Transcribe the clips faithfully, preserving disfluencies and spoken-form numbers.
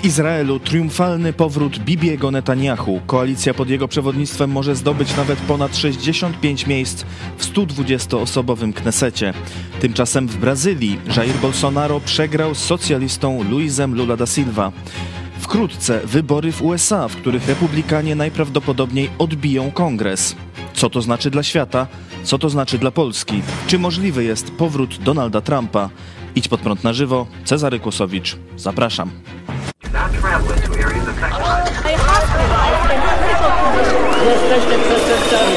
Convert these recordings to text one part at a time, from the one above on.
W Izraelu triumfalny powrót Bibiego Netanyahu. Koalicja pod jego przewodnictwem może zdobyć nawet ponad sześćdziesiąt pięć miejsc w stu dwudziestoosobowym Knesecie. Tymczasem w Brazylii Jair Bolsonaro przegrał z socjalistą Luizem Lula da Silva. Wkrótce wybory w U S A, w których republikanie najprawdopodobniej odbiją kongres. Co to znaczy dla świata? Co to znaczy dla Polski? Czy możliwy jest powrót Donalda Trumpa? Idź pod prąd na żywo. Cezary Kłosowicz. Zapraszam. Jesteście przestępcami.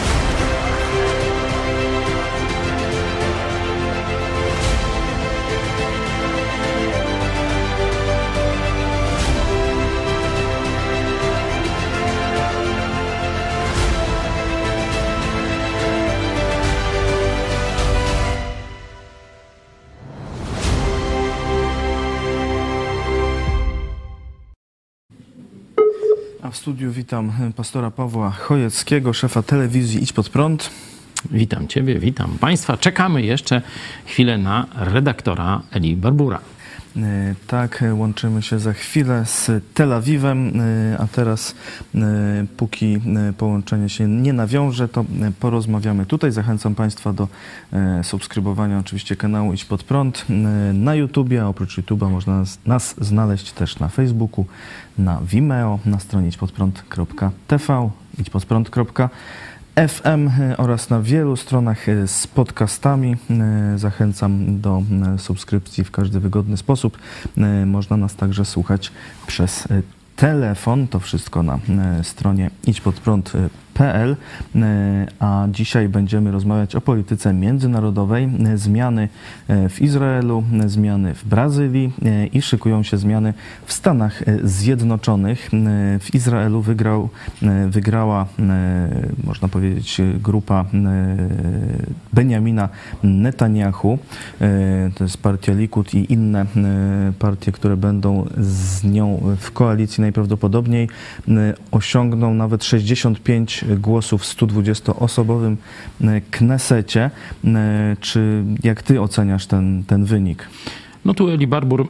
A w studiu witam pastora Pawła Chojeckiego, szefa telewizji Idź pod prąd. Witam Ciebie, witam Państwa. Czekamy jeszcze chwilę na redaktora Eli Barbura. Tak, łączymy się za chwilę z Tel Awiwem, a teraz póki połączenie się nie nawiąże, to porozmawiamy tutaj. Zachęcam Państwa do subskrybowania oczywiście kanału Idź pod prąd na YouTubie, a oprócz YouTube'a można nas, nas znaleźć też na Facebooku, na Vimeo, na stronie idźpodprąd kropka t v, idźpodprąd kropka f m oraz na wielu stronach z podcastami. Zachęcam do subskrypcji w każdy wygodny sposób. Można nas także słuchać przez telefon. To wszystko na stronie idźpodprąd kropka p l. A dzisiaj będziemy rozmawiać o polityce międzynarodowej, zmiany w Izraelu, zmiany w Brazylii i szykują się zmiany w Stanach Zjednoczonych. W Izraelu wygrał, wygrała, można powiedzieć, grupa Benjamina Netanyahu. To jest partia Likud i inne partie, które będą z nią w koalicji najprawdopodobniej. Osiągną nawet sześćdziesiąt pięć głosów w stu dwudziestoosobowym Knesecie. Czy jak ty oceniasz ten, ten wynik? No tu Eli Barbur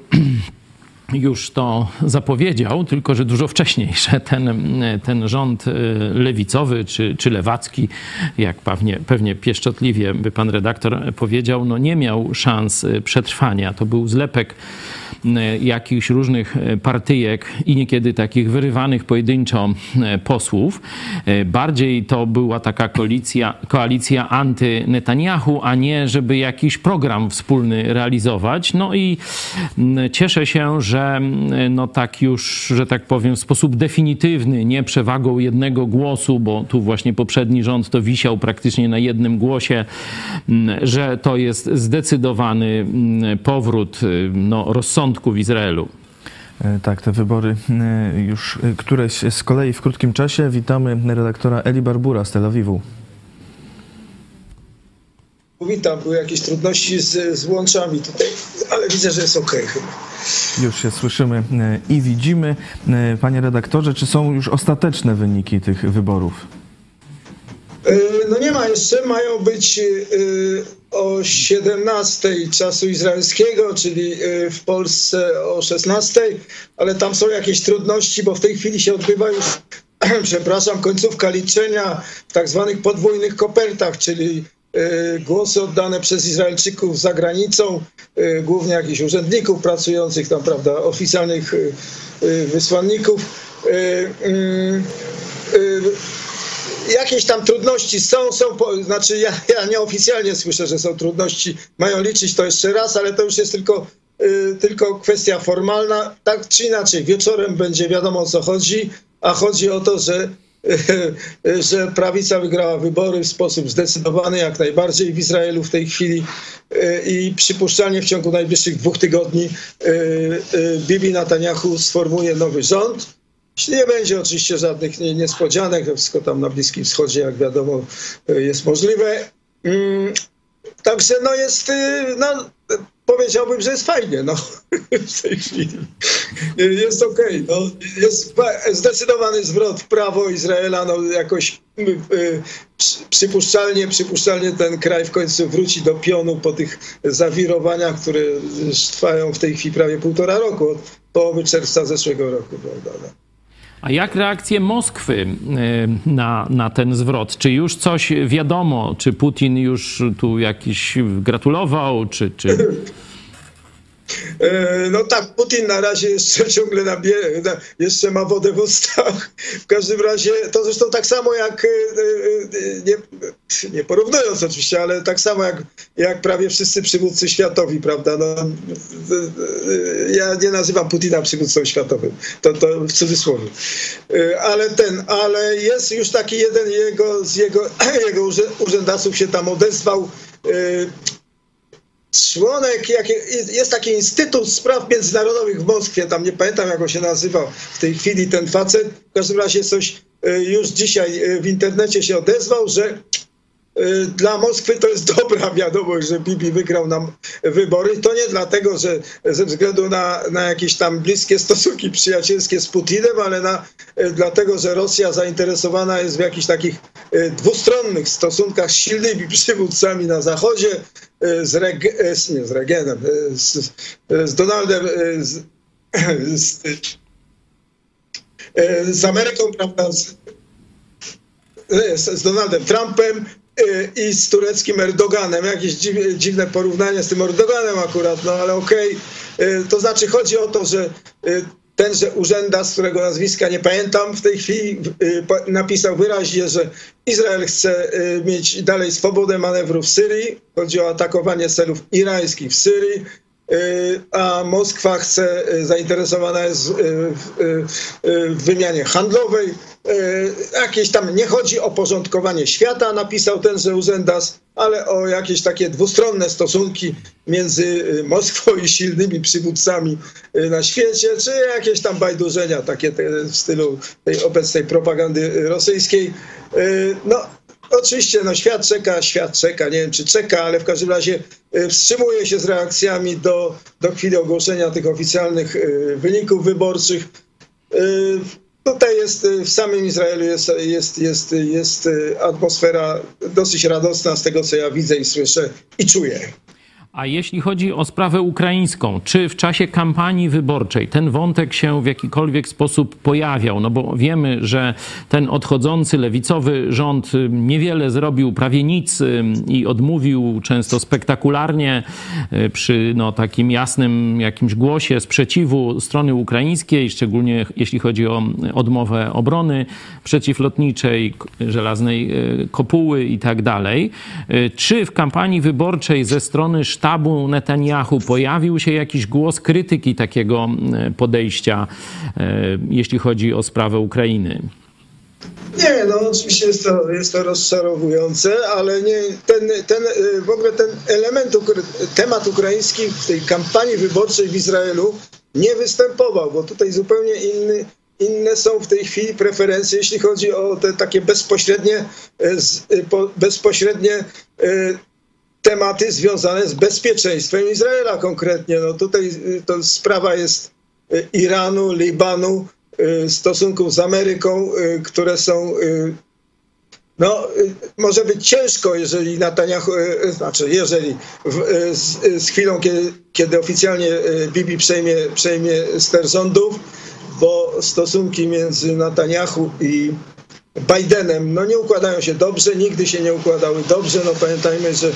już to zapowiedział, tylko że dużo wcześniej, że ten, ten rząd lewicowy czy, czy lewacki, jak pewnie, pewnie pieszczotliwie by pan redaktor powiedział, no nie miał szans przetrwania. To był zlepek jakichś różnych partyjek i niekiedy takich wyrywanych pojedynczo posłów. Bardziej to była taka koalicja, koalicja anty-Netanyahu, a nie żeby jakiś program wspólny realizować. No i cieszę się, że no tak już, że tak powiem, w sposób definitywny, nie przewagą jednego głosu, bo tu właśnie poprzedni rząd to wisiał praktycznie na jednym głosie, że to jest zdecydowany powrót no, rozsądku w Izraelu. Tak, te wybory już któreś z kolei w krótkim czasie. Witamy redaktora Eli Barbura z Tel Awiwu. Witam, były jakieś trudności z, z łączami tutaj, ale widzę, że jest okej chyba. Już się słyszymy i widzimy. Panie redaktorze, czy są już ostateczne wyniki tych wyborów? No nie ma jeszcze, mają być o siedemnastej czasu izraelskiego, czyli w Polsce o szesnastej, ale tam są jakieś trudności, bo w tej chwili się odbywa już, przepraszam, końcówka liczenia w tak zwanych podwójnych kopertach, czyli głosy oddane przez Izraelczyków za granicą, głównie jakichś urzędników pracujących tam, prawda, oficjalnych wysłanników. Jakieś tam trudności są, są znaczy ja, ja nieoficjalnie słyszę, że są trudności, mają liczyć to jeszcze raz, ale to już jest tylko, tylko kwestia formalna. Tak czy inaczej, wieczorem będzie wiadomo, o co chodzi, a chodzi o to, że że prawica wygrała wybory w sposób zdecydowany jak najbardziej w Izraelu w tej chwili i przypuszczalnie w ciągu najbliższych dwóch tygodni Bibi Netanyahu sformuje nowy rząd. Jeśli nie będzie oczywiście żadnych niespodzianek, to wszystko tam na Bliskim Wschodzie, jak wiadomo, jest możliwe. Także no jest, no, powiedziałbym, że jest fajnie, no, w tej chwili. Jest okej, okay, no. Jest zdecydowany zwrot w prawo Izraela, no jakoś y, y, przypuszczalnie, przypuszczalnie ten kraj w końcu wróci do pionu po tych zawirowaniach, które trwają w tej chwili prawie półtora roku, od połowy czerwca zeszłego roku, prawda? No. A jak reakcje Moskwy na, na ten zwrot? Czy już coś wiadomo? Czy Putin już tu jakiś gratulował, czy... czy... No tak, Putin na razie jeszcze ciągle nabie- na, jeszcze ma wodę w ustach. W każdym razie, to zresztą tak samo jak, nie, nie porównując oczywiście, ale tak samo jak, jak prawie wszyscy przywódcy światowi, prawda? No, ja nie nazywam Putina przywódcą światowym, to, to w cudzysłowie. Ale ten, ale jest już taki jeden jego, z jego, jego urzędasów się tam odezwał. Członek, jest taki Instytut Spraw Międzynarodowych w Moskwie, tam nie pamiętam jak on się nazywał w tej chwili ten facet, w każdym razie coś już dzisiaj w internecie się odezwał, że dla Moskwy to jest dobra wiadomość, że Bibi wygrał nam wybory. To nie dlatego, że ze względu na, na jakieś tam bliskie stosunki przyjacielskie z Putinem, ale na, dlatego, że Rosja zainteresowana jest w jakichś takich dwustronnych stosunkach z silnymi przywódcami na Zachodzie, z, Reg, nie, z Regenem, z, z Donaldem, z, z, z Ameryką, prawda, z, z Donaldem Trumpem i z tureckim Erdoganem. Jakieś dziwne porównanie z tym Erdoganem akurat, no ale okej. Okay. To znaczy chodzi o to, że tenże urzędas, którego nazwiska nie pamiętam w tej chwili, napisał wyraźnie, że Izrael chce mieć dalej swobodę manewru w Syrii. Chodzi o atakowanie celów irańskich w Syrii. A Moskwa chce, zainteresowana jest w wymianie handlowej. Jakieś tam, nie chodzi o porządkowanie świata, napisał tenże urzędas, ale o jakieś takie dwustronne stosunki między Moskwą i silnymi przywódcami na świecie, czy jakieś tam bajdurzenia takie w stylu tej obecnej propagandy rosyjskiej. No, oczywiście, no świat czeka, świat czeka, nie wiem czy czeka, ale w każdym razie wstrzymuje się z reakcjami do, do chwili ogłoszenia tych oficjalnych wyników wyborczych. Tutaj jest, w samym Izraelu jest, jest, jest, jest atmosfera dosyć radosna z tego, co ja widzę i słyszę i czuję. A jeśli chodzi o sprawę ukraińską, czy w czasie kampanii wyborczej ten wątek się w jakikolwiek sposób pojawiał? No bo wiemy, że ten odchodzący lewicowy rząd niewiele zrobił, prawie nic i odmówił często spektakularnie przy no, takim jasnym jakimś głosie sprzeciwu strony ukraińskiej, szczególnie jeśli chodzi o odmowę obrony przeciwlotniczej, żelaznej kopuły i tak dalej. Czy w kampanii wyborczej ze strony sztabu Netanyahu pojawił się jakiś głos krytyki takiego podejścia, jeśli chodzi o sprawę Ukrainy? Nie, no oczywiście jest to, jest to rozczarowujące, ale nie, ten, ten, w ogóle ten element, temat ukraiński w tej kampanii wyborczej w Izraelu nie występował, bo tutaj zupełnie inny, inne są w tej chwili preferencje, jeśli chodzi o te takie bezpośrednie, bezpośrednie tematy związane z bezpieczeństwem Izraela konkretnie. No tutaj to sprawa jest Iranu, Libanu, stosunków z Ameryką, które są, no może być ciężko, jeżeli Netanyahu, znaczy jeżeli w, z, z chwilą, kiedy, kiedy oficjalnie Bibi przejmie, przejmie ster rządów, bo stosunki między Netanyahu i Bidenem no nie układają się dobrze, nigdy się nie układały dobrze. No pamiętajmy, że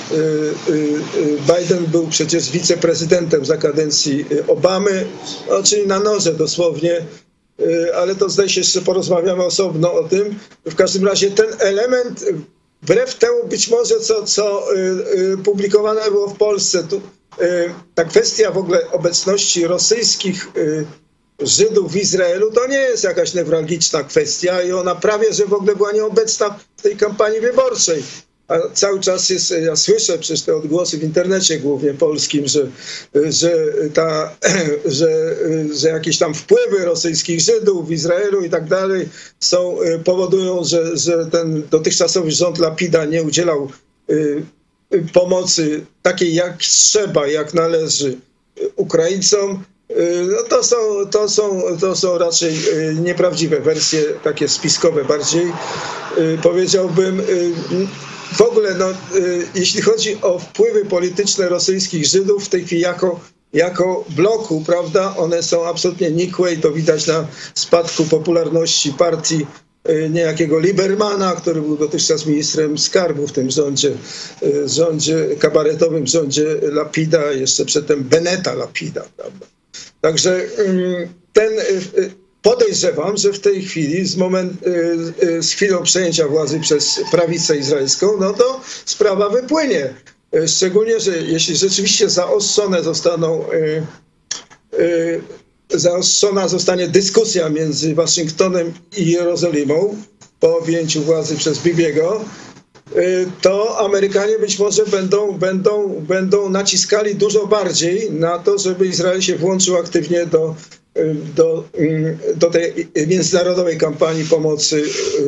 Biden był przecież wiceprezydentem za kadencji Obamy, no, czyli na noże dosłownie, ale to zdaje się jeszcze porozmawiamy osobno o tym. W każdym razie ten element, wbrew temu być może co, co publikowane było w Polsce, tu, ta kwestia w ogóle obecności rosyjskich Żydów w Izraelu to nie jest jakaś newralgiczna kwestia i ona prawie, że w ogóle była nieobecna w tej kampanii wyborczej. A cały czas jest, ja słyszę przecież te odgłosy w internecie głównie polskim, że, że, ta, że, że jakieś tam wpływy rosyjskich Żydów w Izraelu i tak dalej są, powodują, że, że ten dotychczasowy rząd Lapida nie udzielał pomocy takiej jak trzeba, jak należy Ukraińcom, no to są, to są, to są raczej nieprawdziwe wersje, takie spiskowe bardziej, powiedziałbym. W ogóle, no, jeśli chodzi o wpływy polityczne rosyjskich Żydów w tej chwili jako, jako bloku, prawda, one są absolutnie nikłe i to widać na spadku popularności partii niejakiego Liebermana, który był dotychczas ministrem skarbu w tym rządzie, rządzie kabaretowym, rządzie Lapida, jeszcze przedtem Beneta Lapida, prawda. Także ten, podejrzewam, że w tej chwili, z, moment, z chwilą przejęcia władzy przez prawicę izraelską, no to sprawa wypłynie. Szczególnie, że jeśli rzeczywiście zaostrzone zostaną, zaostrzona zostanie dyskusja między Waszyngtonem i Jerozolimą po objęciu władzy przez Bibiego, to Amerykanie być może będą, będą, będą naciskali dużo bardziej na to, żeby Izrael się włączył aktywnie do, do, do tej międzynarodowej kampanii pomocy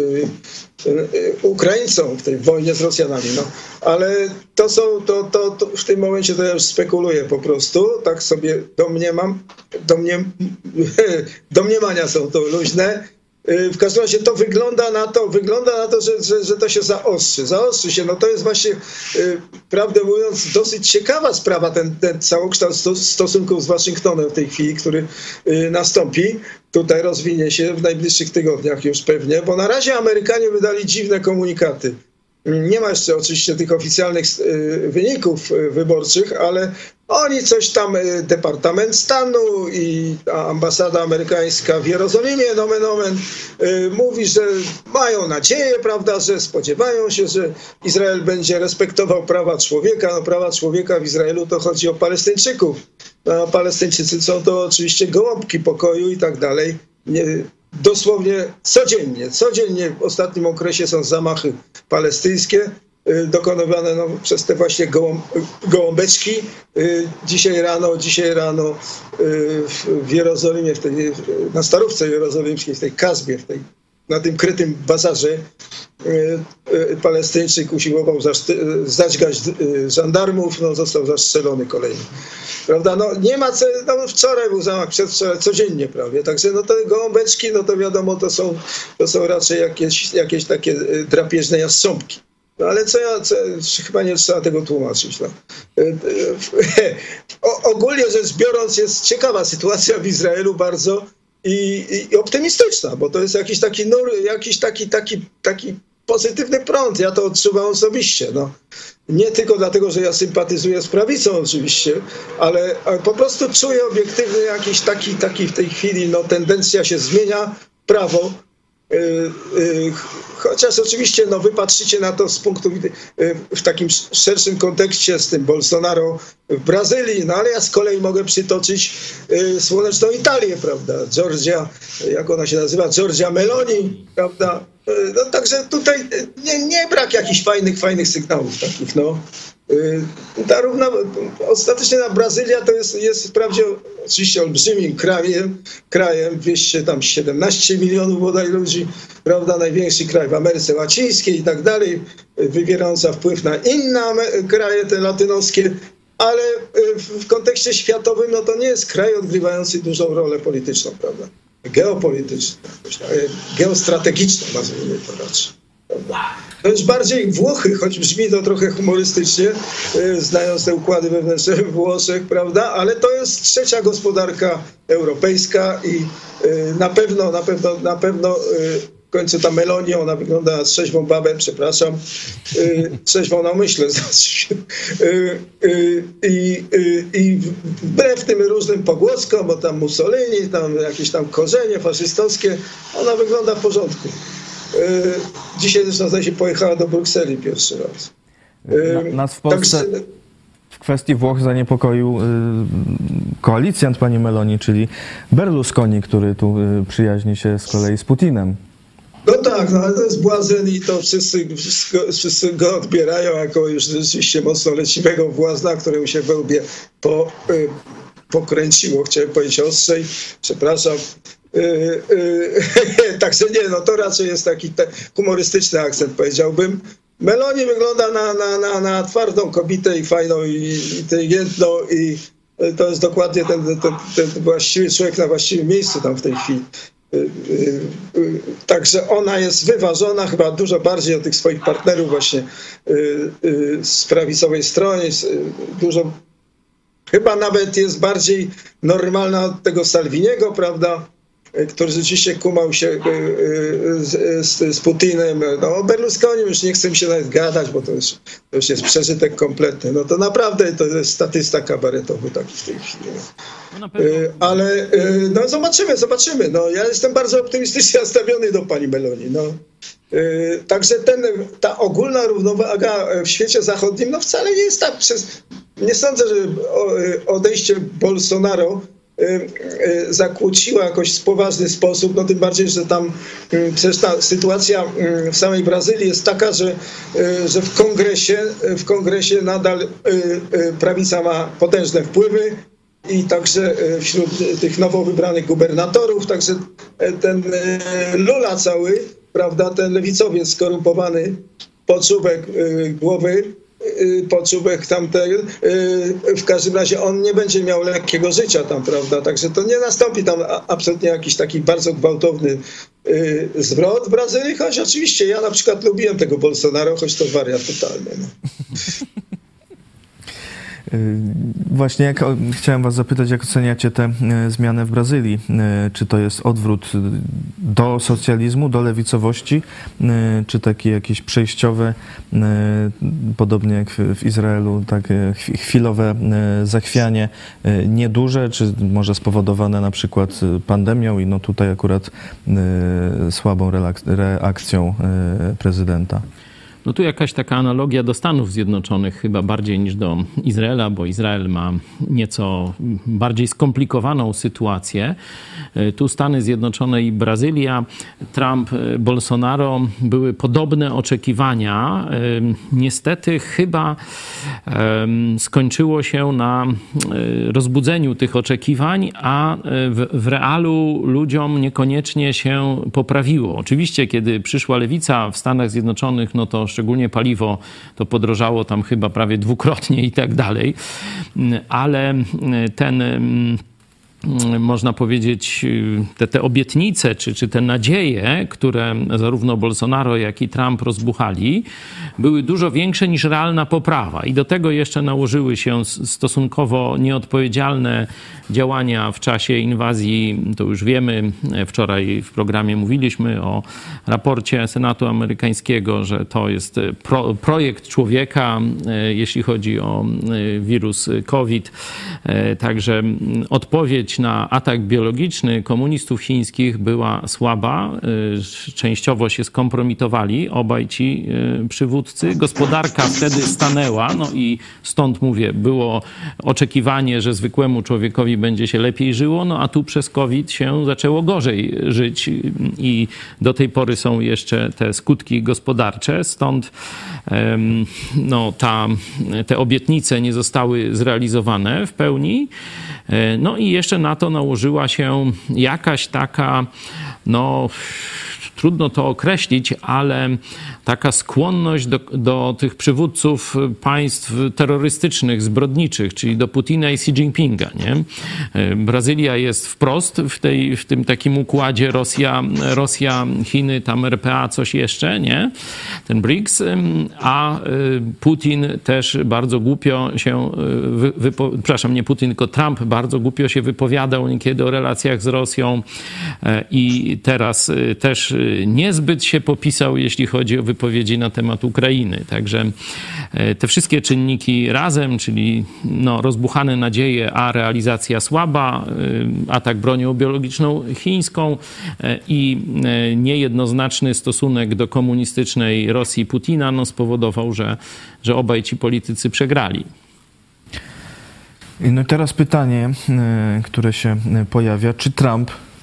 Ukraińcom w tej wojnie z Rosjanami. No, ale to są, to, to, to w tym momencie to ja już spekuluję po prostu, tak sobie domniemam, domniem, domniemania są to luźne. W każdym razie to wygląda na to, wygląda na to, że, że, że to się zaostrzy. Zaostrzy się. No to jest właśnie, prawdę mówiąc, dosyć ciekawa sprawa, ten, ten całokształt stosunków z Waszyngtonem w tej chwili, który nastąpi. Tutaj rozwinie się w najbliższych tygodniach już pewnie, bo na razie Amerykanie wydali dziwne komunikaty. Nie ma jeszcze oczywiście tych oficjalnych wyników wyborczych, ale oni coś tam, Departament Stanu i ambasada amerykańska w Jerozolimie, nomen omen, mówi, że mają nadzieję, prawda, że spodziewają się, że Izrael będzie respektował prawa człowieka. No, prawa człowieka w Izraelu to chodzi o Palestyńczyków. No, Palestyńczycy są to oczywiście gołąbki pokoju i tak dalej. Nie, dosłownie codziennie, codziennie w ostatnim okresie są zamachy palestyńskie, dokonywane no, przez te właśnie gołąb, gołąbeczki. Dzisiaj rano, dzisiaj rano w Jerozolimie, w tej, na Starówce Jerozolimskiej, w tej Kazbie, w tej, na tym krytym bazarze, Palestyńczyk usiłował zadźgać żandarmów, no, został zastrzelony kolejny. Prawda? No, nie ma co, no, wczoraj był zamach, przedwczoraj, codziennie prawie. Także no, te gołąbeczki, no to wiadomo, to są, to są raczej jakieś, jakieś takie drapieżne jastrząbki. No ale co ja, co, chyba nie trzeba tego tłumaczyć. No. O, ogólnie rzecz biorąc, jest ciekawa sytuacja w Izraelu bardzo i, i optymistyczna, bo to jest jakiś taki nur, jakiś taki, taki, taki pozytywny prąd. Ja to odczuwam osobiście. No. Nie tylko dlatego, że ja sympatyzuję z prawicą oczywiście, ale, ale po prostu czuję obiektywnie jakiś taki, taki w tej chwili, no tendencja się zmienia, prawo. Chociaż oczywiście no, wy patrzycie na to z punktu w takim szerszym kontekście z tym Bolsonaro w Brazylii, no ale ja z kolei mogę przytoczyć słoneczną Italię, prawda, Giorgia, jak ona się nazywa, Giorgia Meloni, prawda, no także tutaj nie, nie brak jakichś fajnych, fajnych sygnałów takich, no. Ta równa, ostatecznie na Brazylia to jest, jest wprawdzie oczywiście olbrzymim krajem, krajem dwieście siedemnaście milionów bodaj ludzi, prawda, największy kraj w Ameryce Łacińskiej i tak dalej, wywierająca wpływ na inne kraje te latynoskie, ale w kontekście światowym no to nie jest kraj odgrywający dużą rolę polityczną, prawda, geopolityczną, geostrategiczną nazwijmy to raczej. To już bardziej Włochy, choć brzmi to trochę humorystycznie, znając te układy wewnętrzne w Włoszech, prawda? Ale to jest trzecia gospodarka europejska i na pewno, na pewno, na pewno w końcu ta Meloni, ona wygląda na trzeźwą babę, przepraszam, trzeźwą na myślę, znaczy. I, i wbrew tym różnym pogłoskom, bo tam Mussolini, tam jakieś tam korzenie faszystowskie, ona wygląda w porządku. Dzisiaj zresztą zdaje się pojechała do Brukseli pierwszy raz. Nas w Polsce w kwestii Włoch zaniepokoił koalicjant pani Meloni, czyli Berlusconi, który tu przyjaźni się z kolei z Putinem. No tak, no ale to jest błazen i to wszyscy, wszyscy, wszyscy go odbierają jako już rzeczywiście mocno leciwego błazna, któremu się we łbie po, pokręciło, chciałem powiedzieć ostrzej, przepraszam. Yy, yy, także nie, no to raczej jest taki te, humorystyczny akcent, powiedziałbym. Meloni wygląda na, na, na, na twardą kobietę i fajną, i inteligentną, i to jest dokładnie ten, ten, ten właściwy człowiek na właściwym miejscu tam w tej chwili. Także ona jest wyważona chyba dużo bardziej od tych swoich partnerów właśnie z prawicowej strony. Dużo, chyba nawet jest bardziej normalna od tego Salviniego, prawda, który rzeczywiście kumał się z, z, z Putinem. No, o Berlusconi już nie chcę mi się nawet gadać, bo to już, to już jest przeżytek kompletny. No to naprawdę to jest statysta kabaretowy taki w tej chwili. No. Ale no zobaczymy, zobaczymy. No, ja jestem bardzo optymistycznie nastawiony do pani Meloni. No. Także ten, ta ogólna równowaga w świecie zachodnim no wcale nie jest tak. Przez, nie sądzę, że odejście Bolsonaro zakłóciła jakoś w poważny sposób, no tym bardziej, że tam przecież ta sytuacja w samej Brazylii jest taka, że, że w kongresie, w kongresie nadal prawica ma potężne wpływy i także wśród tych nowo wybranych gubernatorów, także ten Lula cały, prawda, ten lewicowiec skorumpowany, podczubek głowy, podczubek tamten, w każdym razie on nie będzie miał lekkiego życia tam, prawda, także to nie nastąpi tam absolutnie jakiś taki bardzo gwałtowny zwrot w Brazylii, choć oczywiście ja na przykład lubiłem tego Bolsonaro, choć to wariat totalny. No. Właśnie jak, chciałem was zapytać, jak oceniacie tę zmianę w Brazylii? Czy to jest odwrót do socjalizmu, do lewicowości, czy takie jakieś przejściowe, podobnie jak w Izraelu, tak chwilowe zachwianie, nieduże, czy może spowodowane na przykład pandemią i no tutaj akurat słabą reakcją prezydenta? No tu jakaś taka analogia do Stanów Zjednoczonych chyba bardziej niż do Izraela, bo Izrael ma nieco bardziej skomplikowaną sytuację. Tu Stany Zjednoczone i Brazylia, Trump, Bolsonaro, były podobne oczekiwania. Niestety chyba skończyło się na rozbudzeniu tych oczekiwań, a w, w realu ludziom niekoniecznie się poprawiło. Oczywiście, kiedy przyszła lewica w Stanach Zjednoczonych, no to szczególnie paliwo to podrożało tam chyba prawie dwukrotnie i tak dalej, ale ten, można powiedzieć, te, te obietnice, czy, czy te nadzieje, które zarówno Bolsonaro, jak i Trump rozbuchali, były dużo większe niż realna poprawa. I do tego jeszcze nałożyły się stosunkowo nieodpowiedzialne działania w czasie inwazji. To już wiemy, wczoraj w programie mówiliśmy o raporcie Senatu amerykańskiego, że to jest pro, projekt człowieka, jeśli chodzi o wirus COVID. Także odpowiedź na atak biologiczny komunistów chińskich była słaba. Częściowo się skompromitowali obaj ci przywódcy. Gospodarka wtedy stanęła, no i stąd mówię, było oczekiwanie, że zwykłemu człowiekowi będzie się lepiej żyło, no a tu przez COVID się zaczęło gorzej żyć i do tej pory są jeszcze te skutki gospodarcze. Stąd no, ta, te obietnice nie zostały zrealizowane w pełni. No i jeszcze na to nałożyła się jakaś taka, no trudno to określić, ale taka skłonność do, do tych przywódców państw terrorystycznych, zbrodniczych, czyli do Putina i Xi Jinpinga, nie? Brazylia jest wprost w, tej, w tym takim układzie Rosja, Rosja, Chiny, tam R P A, coś jeszcze, nie? Ten BRICS, a Putin też bardzo głupio się, wy, wypo, przepraszam, nie Putin, tylko Trump bardzo głupio się wypowiadał niekiedy o relacjach z Rosją i teraz też niezbyt się popisał, jeśli chodzi o wypowiedzi na temat Ukrainy. Także te wszystkie czynniki razem, czyli no, rozbuchane nadzieje, a realizacja słaba, atak bronią biologiczną chińską i niejednoznaczny stosunek do komunistycznej Rosji Putina no, spowodował, że, że obaj ci politycy przegrali. No teraz pytanie, które się pojawia, czy Trump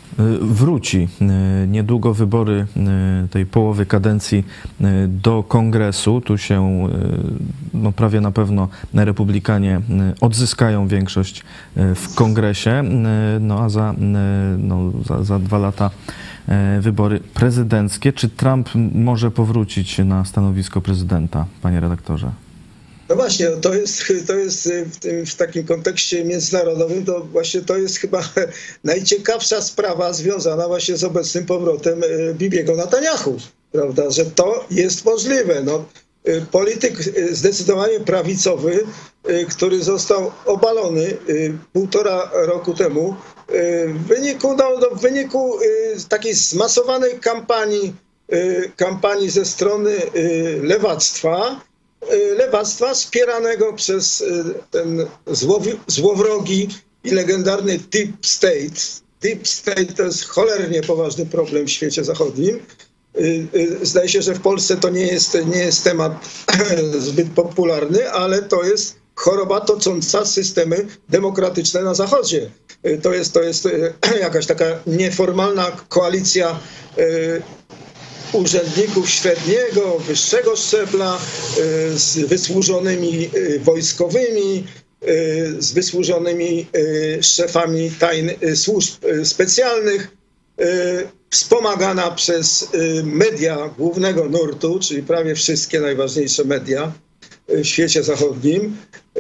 wróci niedługo wybory tej połowy kadencji do Kongresu. Tu się no, prawie na pewno republikanie odzyskają większość w Kongresie, no a za, no, za, za dwa lata wybory prezydenckie. Czy Trump może powrócić na stanowisko prezydenta, panie redaktorze? No właśnie, to jest, to jest w, tym, w takim kontekście międzynarodowym, to właśnie to jest chyba najciekawsza sprawa związana właśnie z obecnym powrotem Bibiego Netanyahu, prawda, że to jest możliwe. No, polityk zdecydowanie prawicowy, który został obalony półtora roku temu w wyniku, no, no, w wyniku takiej zmasowanej kampanii, kampanii ze strony lewactwa, lewactwa wspieranego przez ten złowi, złowrogi i legendarny Deep State. Deep State to jest cholernie poważny problem w świecie zachodnim. Zdaje się, że w Polsce to nie jest, nie jest temat zbyt popularny, ale to jest choroba tocząca systemy demokratyczne na Zachodzie. To jest, to jest jakaś taka nieformalna koalicja urzędników średniego, wyższego szczebla, z wysłużonymi wojskowymi, z wysłużonymi szefami tajnych służb specjalnych, wspomagana przez media głównego nurtu, czyli prawie wszystkie najważniejsze media w świecie zachodnim.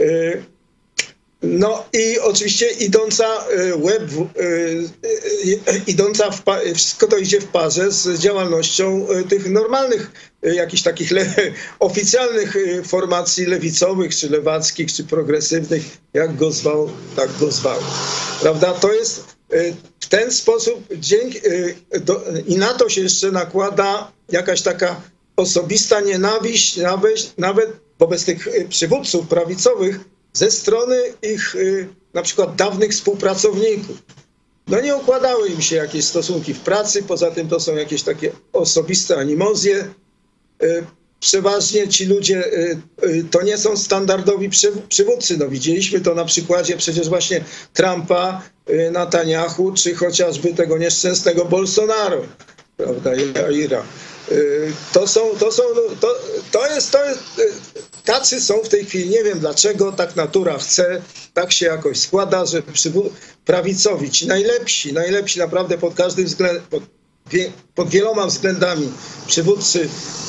No i oczywiście idąca web, idąca w, wszystko to idzie w parze z działalnością tych normalnych, jakichś takich le, oficjalnych formacji lewicowych, czy lewackich, czy progresywnych, jak go zwał, tak go zwał. Prawda? To jest w ten sposób, dzięki, do, i na to się jeszcze nakłada jakaś taka osobista nienawiść, nawet, nawet wobec tych przywódców prawicowych, ze strony ich na przykład dawnych współpracowników. No nie układały im się jakieś stosunki w pracy, poza tym to są jakieś takie osobiste animozje. Przeważnie ci ludzie to nie są standardowi przywódcy. No widzieliśmy to na przykładzie przecież właśnie Trumpa, Netanyahu, czy chociażby tego nieszczęsnego Bolsonaro, prawda, Jaira. To są, to są, to, to jest, to jest, tacy są w tej chwili, nie wiem dlaczego, tak natura chce, tak się jakoś składa, że prawicowi, ci najlepsi, najlepsi naprawdę pod każdym względem, pod, pod wieloma względami przywódcy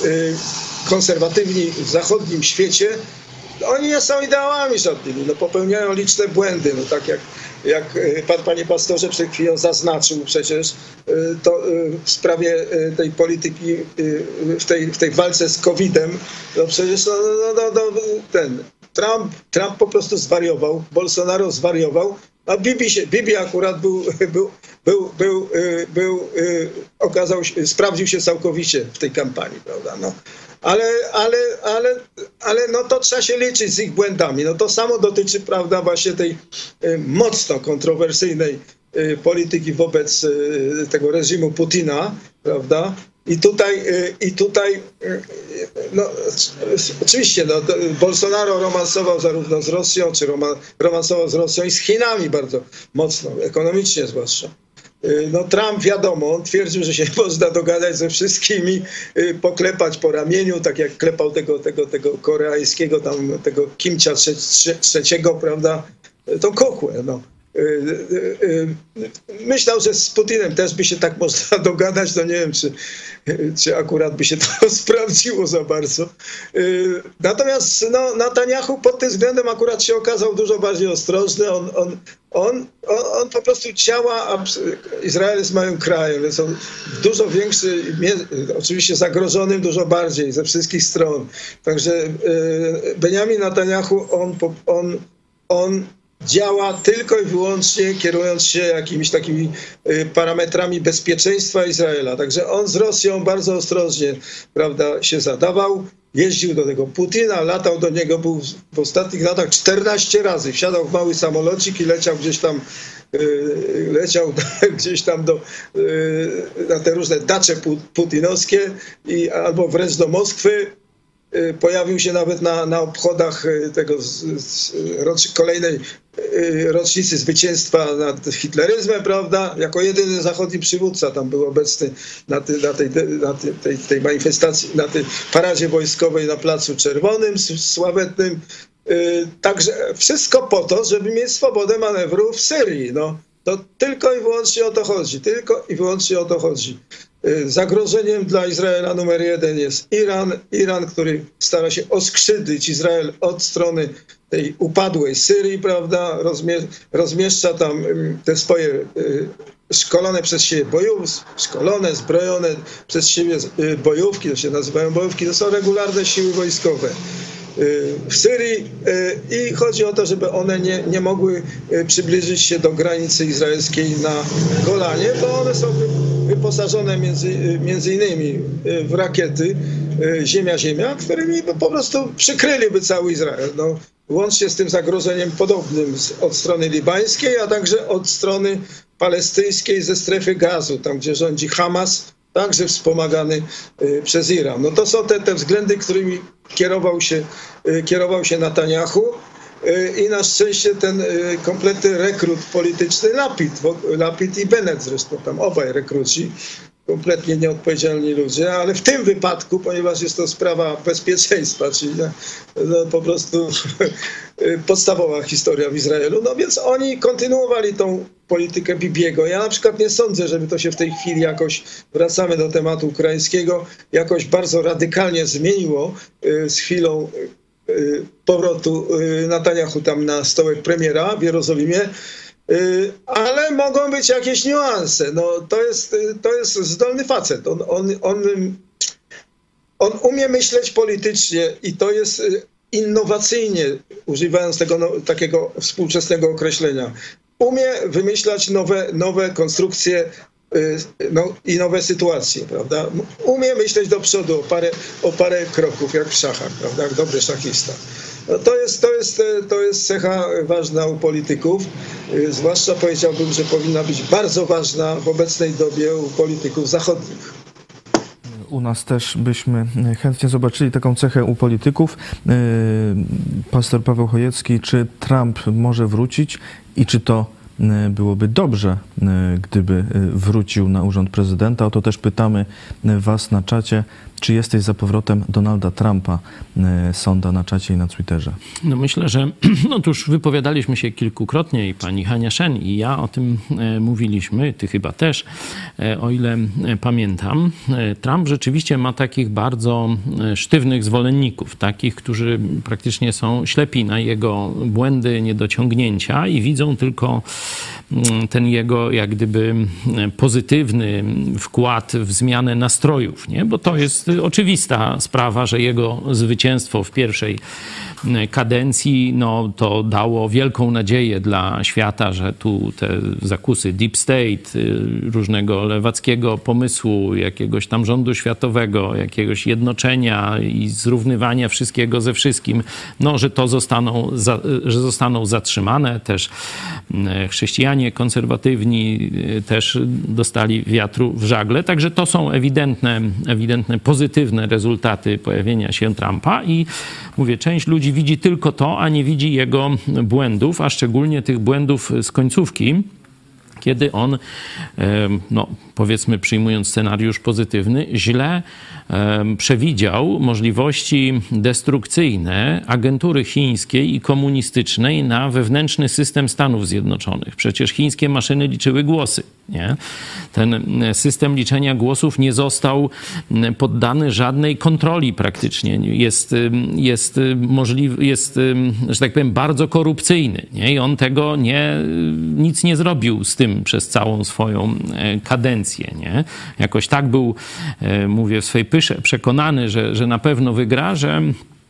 konserwatywni w zachodnim świecie, oni nie są ideałami żadnymi, no popełniają liczne błędy, no tak jak, jak pan, panie pastorze, przed chwilą zaznaczył przecież, to w sprawie tej polityki, w tej, w tej walce z kowidem, no przecież no, no, no, no, ten Trump, Trump po prostu zwariował, Bolsonaro zwariował, a Bibi, się, Bibi akurat był, był, był, był, był, okazał się, sprawdził się całkowicie w tej kampanii, prawda, no. Ale, ale, ale, ale no to trzeba się liczyć z ich błędami. No to samo dotyczy, prawda, właśnie tej mocno kontrowersyjnej polityki wobec tego reżimu Putina, prawda? I tutaj, i tutaj no, oczywiście no, Bolsonaro romansował zarówno z Rosją, czy romansował z Rosją i z Chinami bardzo mocno, ekonomicznie zwłaszcza. No Trump, wiadomo, on twierdził, że się można dogadać ze wszystkimi, poklepać po ramieniu, tak jak klepał tego, tego, tego koreańskiego, tam, tego Kimcia trzeciego, prawda, tą kukłę, no. Myślał, że z Putinem też by się tak można dogadać, no nie wiem, czy, czy akurat by się to sprawdziło za bardzo. Natomiast no, Netanyahu pod tym względem akurat się okazał dużo bardziej ostrożny. On, on, on, on, on po prostu działa, a Izrael jest małym krajem, są dużo większy, oczywiście zagrożonym dużo bardziej ze wszystkich stron. Także Benjamin Netanyahu, on, on, on działa tylko i wyłącznie kierując się jakimiś takimi parametrami bezpieczeństwa Izraela. Także on z Rosją bardzo ostrożnie, prawda, się zadawał. Jeździł do tego Putina, latał do niego, był w ostatnich latach czternaście razy. Wsiadał w mały samolocik i leciał gdzieś tam, leciał gdzieś tam do, na te różne dacze putinowskie i, albo wręcz do Moskwy. Pojawił się nawet na, na obchodach tego z, z, roczy, kolejnej rocznicy zwycięstwa nad hitleryzmem, prawda? Jako jedyny zachodni przywódca tam był obecny na, ty, na, tej, na tej, tej, tej manifestacji, na tej paradzie wojskowej na Placu Czerwonym, sławetnym. Także wszystko po to, żeby mieć swobodę manewru w Syrii. No, to tylko i wyłącznie o to chodzi. Tylko i wyłącznie o to chodzi. Zagrożeniem dla Izraela numer jeden jest Iran. Iran, który stara się oskrzydlić Izrael od strony tej upadłej Syrii, prawda? Rozmie rozmieszcza tam te swoje szkolone przez siebie bojówki, szkolone, zbrojone przez siebie bojówki, to się nazywają bojówki, to są regularne siły wojskowe w Syrii i chodzi o to, żeby one nie, nie mogły przybliżyć się do granicy izraelskiej na Golanie, bo one są wyposażone między, między innymi w rakiety Ziemia-Ziemia, którymi po prostu przykryliby cały Izrael. No, łącznie z tym zagrożeniem podobnym z, od strony libańskiej, a także od strony palestyńskiej ze strefy Gazu, tam gdzie rządzi Hamas, także wspomagany y, przez Iran. No to są te, te względy, którymi kierował się, y, kierował się Netanyahu y, i na szczęście ten y, kompletny rekrut polityczny Lapid, Lapid i Bennett zresztą, tam obaj rekruci, kompletnie nieodpowiedzialni ludzie, ale w tym wypadku, ponieważ jest to sprawa bezpieczeństwa, czyli no, po prostu podstawowa historia w Izraelu, no więc oni kontynuowali tą politykę Bibiego. Ja na przykład nie sądzę, żeby to się w tej chwili jakoś, wracamy do tematu ukraińskiego, jakoś bardzo radykalnie zmieniło z chwilą powrotu Netanyahu tam na stołek premiera w Jerozolimie. Ale mogą być jakieś niuanse. No, to, jest, to jest zdolny facet. On, on, on, on umie myśleć politycznie i to jest innowacyjnie, używając tego no, takiego współczesnego określenia. Umie wymyślać nowe, nowe konstrukcje no, i nowe sytuacje, prawda? Umie myśleć do przodu o parę, o parę kroków, jak w szachach, prawda? Jak dobry szachista. No to, jest, to, jest, to jest cecha ważna u polityków, zwłaszcza powiedziałbym, że powinna być bardzo ważna w obecnej dobie u polityków zachodnich. U nas też byśmy chętnie zobaczyli taką cechę u polityków. Pastor Paweł Chojecki, czy Trump może wrócić i czy to byłoby dobrze, gdyby wrócił na urząd prezydenta? O to też pytamy was na czacie. Czy jesteś za powrotem Donalda Trumpa? Sonda na czacie i na Twitterze. No myślę, że no to już wypowiadaliśmy się kilkukrotnie i pani Hania Szen i ja o tym e, mówiliśmy, ty chyba też, e, o ile e, pamiętam. E, Trump rzeczywiście ma takich bardzo e, sztywnych zwolenników, takich, którzy praktycznie są ślepi na jego błędy, niedociągnięcia i widzą tylko m, ten jego jak gdyby pozytywny wkład w zmianę nastrojów, nie? Bo to jest oczywista sprawa, że jego zwycięstwo w pierwszej kadencji, no to dało wielką nadzieję dla świata, że tu te zakusy deep state, różnego lewackiego pomysłu, jakiegoś tam rządu światowego, jakiegoś jednoczenia i zrównywania wszystkiego ze wszystkim, no, że to zostaną, za, że zostaną zatrzymane. Też chrześcijanie konserwatywni też dostali wiatru w żagle. Także to są ewidentne, ewidentne pozytywne rezultaty pojawienia się Trumpa i mówię, część ludzi widzi tylko to, a nie widzi jego błędów, a szczególnie tych błędów z końcówki, kiedy on, no powiedzmy przyjmując scenariusz pozytywny, źle przewidział możliwości destrukcyjne agentury chińskiej i komunistycznej na wewnętrzny system Stanów Zjednoczonych. Przecież chińskie maszyny liczyły głosy, nie? Ten system liczenia głosów nie został poddany żadnej kontroli praktycznie. Jest, jest możliwy, jest, że tak powiem, bardzo korupcyjny, nie? I on tego nie, nic nie zrobił z tym przez całą swoją kadencję, nie? Jakoś tak był, mówię w swej pysze, przekonany, że, że na pewno wygra, że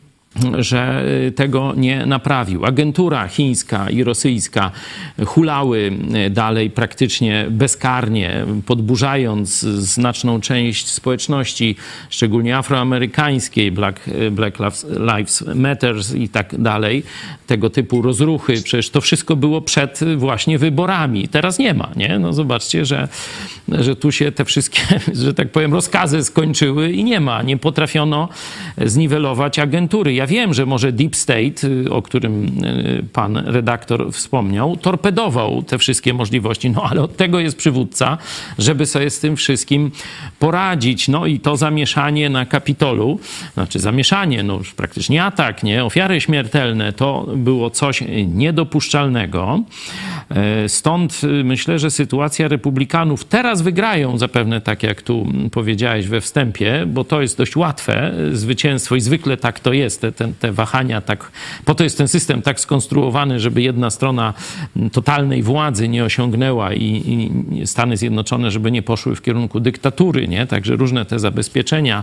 że tego nie naprawił. Agentura chińska i rosyjska hulały dalej praktycznie bezkarnie, podburzając znaczną część społeczności, szczególnie afroamerykańskiej, Black, Black Lives Matter i tak dalej, tego typu rozruchy. Przecież to wszystko było przed właśnie wyborami. Teraz nie ma, nie? No zobaczcie, że, że tu się te wszystkie, że tak powiem, rozkazy skończyły i nie ma. Nie potrafiono zniwelować agentury. Ja ja wiem, że może Deep State, o którym pan redaktor wspomniał, torpedował te wszystkie możliwości, no ale od tego jest przywódca, żeby sobie z tym wszystkim poradzić. No i to zamieszanie na Kapitolu, znaczy zamieszanie, no już praktycznie atak, nie? Ofiary śmiertelne, to było coś niedopuszczalnego. Stąd myślę, że sytuacja republikanów teraz wygrają zapewne, tak jak tu powiedziałeś we wstępie, bo to jest dość łatwe zwycięstwo i zwykle tak to jest, te, te, te wahania, tak, po to jest ten system tak skonstruowany, żeby jedna strona totalnej władzy nie osiągnęła i, i Stany Zjednoczone, żeby nie poszły w kierunku dyktatury, nie? Także różne te zabezpieczenia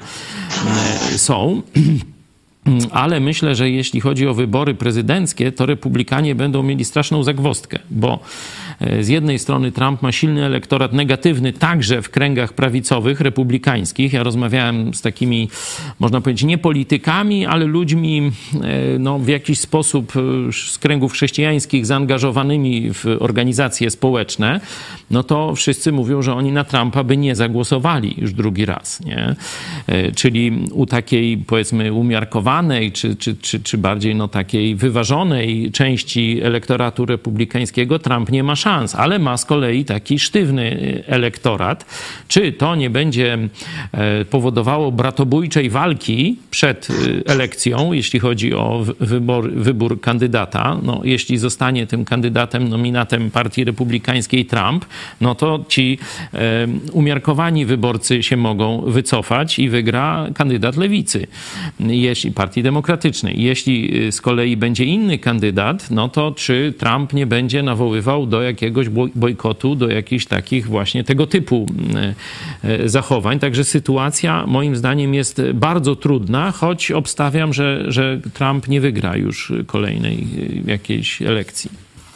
są. Ale myślę, że jeśli chodzi o wybory prezydenckie, to republikanie będą mieli straszną zagwozdkę, bo z jednej strony Trump ma silny elektorat negatywny także w kręgach prawicowych, republikańskich. Ja rozmawiałem z takimi, można powiedzieć, nie politykami, ale ludźmi no, w jakiś sposób z kręgów chrześcijańskich zaangażowanymi w organizacje społeczne. No to wszyscy mówią, że oni na Trumpa by nie zagłosowali już drugi raz, nie? Czyli u takiej, powiedzmy, umiarkowanej, czy, czy, czy, czy bardziej no, takiej wyważonej części elektoratu republikańskiego Trump nie ma szans, ale ma z kolei taki sztywny elektorat. Czy to nie będzie powodowało bratobójczej walki przed elekcją, jeśli chodzi o wybór, wybór kandydata? No, jeśli zostanie tym kandydatem, nominatem partii republikańskiej Trump, no to ci e, umiarkowani wyborcy się mogą wycofać i wygra kandydat lewicy, jeśli partii demokratycznej. Jeśli z kolei będzie inny kandydat, no to czy Trump nie będzie nawoływał do jakiegoś bojkotu, do jakichś takich właśnie tego typu zachowań. Także sytuacja moim zdaniem jest bardzo trudna, choć obstawiam, że, że Trump nie wygra już kolejnej jakiejś elekcji.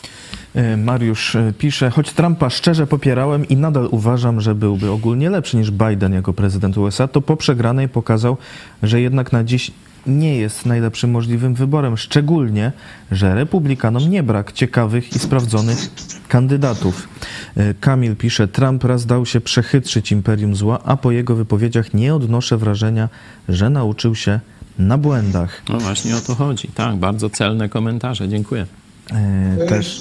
Mariusz pisze, choć Trumpa szczerze popierałem i nadal uważam, że byłby ogólnie lepszy niż Biden jako prezydent U S A, to po przegranej pokazał, że jednak na dziś nie jest najlepszym możliwym wyborem, szczególnie, że republikanom nie brak ciekawych i sprawdzonych kandydatów. Kamil pisze, Trump raz dał się przechytrzyć imperium zła, a po jego wypowiedziach nie odnoszę wrażenia, że nauczył się na błędach. No właśnie o to chodzi. Tak, bardzo celne komentarze. Dziękuję. E, też...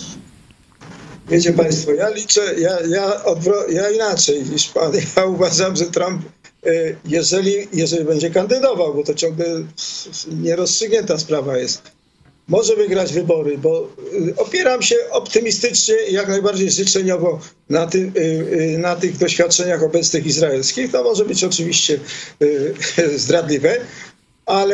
Wiecie państwo, ja liczę, ja, ja, odwro- ja inaczej niż pan. Ja uważam, że Trump, jeżeli, jeżeli będzie kandydował, bo to ciągle nierozstrzygnięta sprawa jest, może wygrać wybory, bo opieram się optymistycznie i jak najbardziej życzeniowo na, ty, na tych doświadczeniach obecnych izraelskich. To może być oczywiście zdradliwe, ale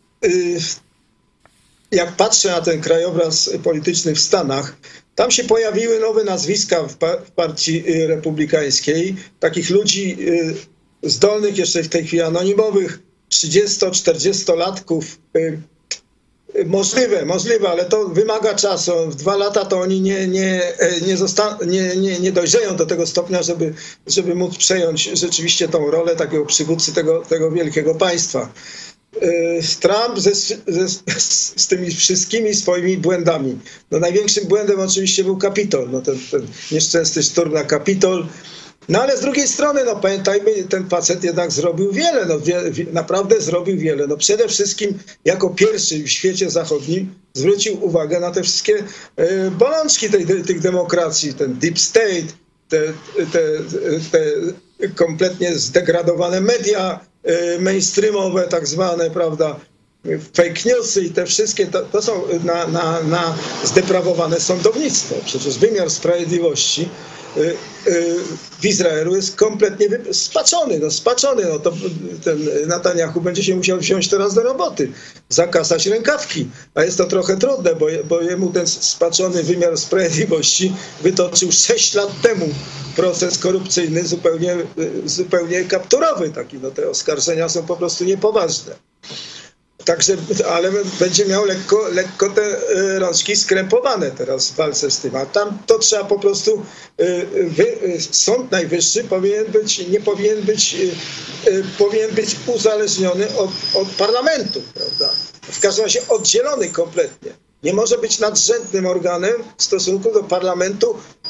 jak patrzę na ten krajobraz polityczny w Stanach, tam się pojawiły nowe nazwiska w, pa- w partii republikańskiej, takich ludzi y, zdolnych, jeszcze w tej chwili anonimowych, trzydziesto-czterdziestolatków. Y, y, możliwe, możliwe, ale to wymaga czasu. W dwa lata to oni nie, nie, nie, zosta- nie, nie, nie dojrzeją do tego stopnia, żeby, żeby móc przejąć rzeczywiście tą rolę takiego przywódcy tego, tego wielkiego państwa. Trump ze, ze, z tymi wszystkimi swoimi błędami. No największym błędem oczywiście był Kapitol, no ten, ten nieszczęsny szturm na Kapitol. No ale z drugiej strony, no pamiętajmy, ten facet jednak zrobił wiele, no wie, wie, naprawdę zrobił wiele. No przede wszystkim jako pierwszy w świecie zachodnim zwrócił uwagę na te wszystkie y, bolączki tej, tych demokracji, ten deep state, te, te, te kompletnie zdegradowane media mainstreamowe, tak zwane, prawda, fake newsy i te wszystkie, to, to są na, na, na zdeprawowane sądownictwo. Przecież wymiar sprawiedliwości w Izraelu jest kompletnie spaczony, no spaczony. No to ten Netanyahu będzie się musiał wziąć teraz do roboty, zakasać rękawki, a jest to trochę trudne, bo, bo jemu ten spaczony wymiar sprawiedliwości wytoczył sześć lat temu proces korupcyjny zupełnie, zupełnie kapturowy taki. No te oskarżenia są po prostu niepoważne. Także, ale będzie miał lekko, lekko te rączki skrępowane teraz w walce z tym. A tam to trzeba po prostu, wy, Sąd Najwyższy powinien być, nie powinien być, powinien być uzależniony od, od parlamentu, prawda? W każdym razie oddzielony kompletnie. Nie może być nadrzędnym organem w stosunku do parlamentu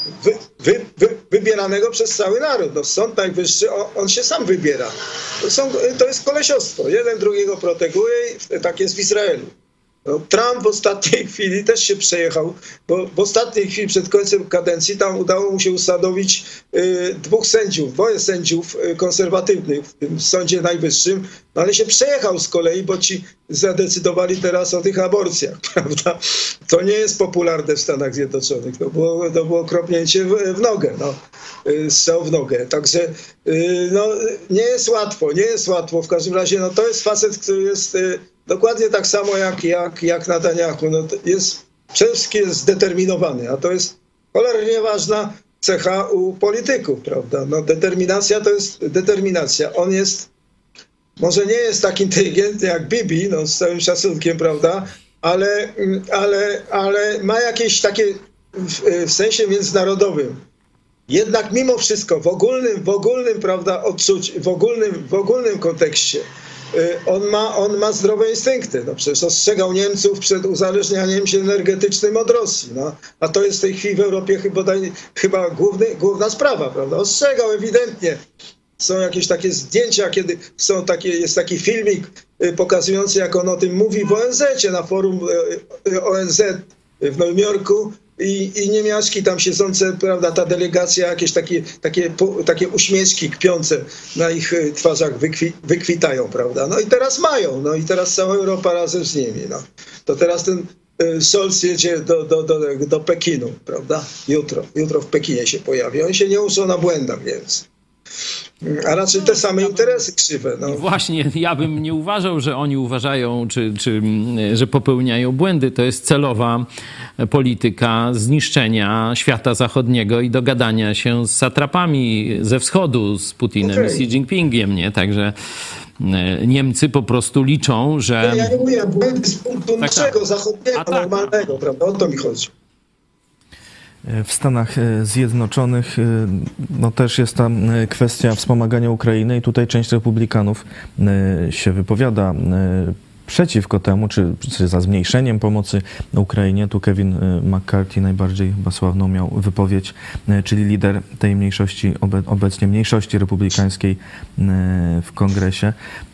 wy, wy, wy, wybieranego przez cały naród. No, Sąd Najwyższy, on, on się sam wybiera. To, są, to jest kolesiostwo. Jeden drugiego proteguje i tak jest w Izraelu. No, Trump w ostatniej chwili też się przejechał, bo w ostatniej chwili przed końcem kadencji tam udało mu się usadowić y, dwóch sędziów, dwoje sędziów y, konserwatywnych w tym Sądzie Najwyższym, no, ale się przejechał z kolei, bo ci zadecydowali teraz o tych aborcjach, prawda? To nie jest popularne w Stanach Zjednoczonych, to było, to było kropnięcie w, w nogę, no, y, strzał w nogę, także y, no, nie jest łatwo, nie jest łatwo, w każdym razie no, to jest facet, który jest y, dokładnie tak samo jak, jak, jak Netanyahu. No jest, przede wszystkim jest zdeterminowany, a to jest cholernie ważna cecha u polityków, prawda? No determinacja to jest determinacja. On jest, może nie jest tak inteligentny jak Bibi, no z całym szacunkiem, prawda? Ale, ale, ale ma jakieś takie w, w sensie międzynarodowym. Jednak mimo wszystko w ogólnym, w ogólnym, prawda, odczuć, w ogólnym, w ogólnym kontekście On ma, on ma zdrowe instynkty. No przecież ostrzegał Niemców przed uzależnianiem się energetycznym od Rosji. No. A to jest w tej chwili w Europie chyba, chyba główny, główna sprawa, prawda? Ostrzegał ewidentnie. Są jakieś takie zdjęcia, kiedy są takie, jest taki filmik pokazujący, jak on o tym mówi w O N Z-cie, na forum O N Z w Nowym Jorku. I, i niemiaszki tam siedzące, prawda, ta delegacja, jakieś takie, takie, takie uśmieszki kpiące na ich twarzach wykwi, wykwitają, prawda. No i teraz mają, no i teraz cała Europa razem z nimi. No. To teraz ten y, Scholz jedzie do, do, do, do Pekinu, prawda, jutro. Jutro w Pekinie się pojawi. Oni się nie uczą na błędach, więc... A raczej te same interesy krzywe. No. Właśnie, ja bym nie uważał, że oni uważają, czy, czy że popełniają błędy. To jest celowa polityka zniszczenia świata zachodniego i dogadania się z satrapami ze wschodu, z Putinem okay. i Xi Jinpingiem, nie? Także Niemcy po prostu liczą, że... Ja nie mówię błędy z punktu tak, naszego, tak. zachodniego, tak. normalnego, prawda? O to mi chodzi. W Stanach Zjednoczonych no, też jest ta kwestia wspomagania Ukrainy i tutaj część republikanów się wypowiada przeciwko temu, czy, czy za zmniejszeniem pomocy Ukrainie. Tu Kevin McCarthy najbardziej chyba sławną miał wypowiedź, czyli lider tej mniejszości, obecnie mniejszości republikańskiej w Kongresie.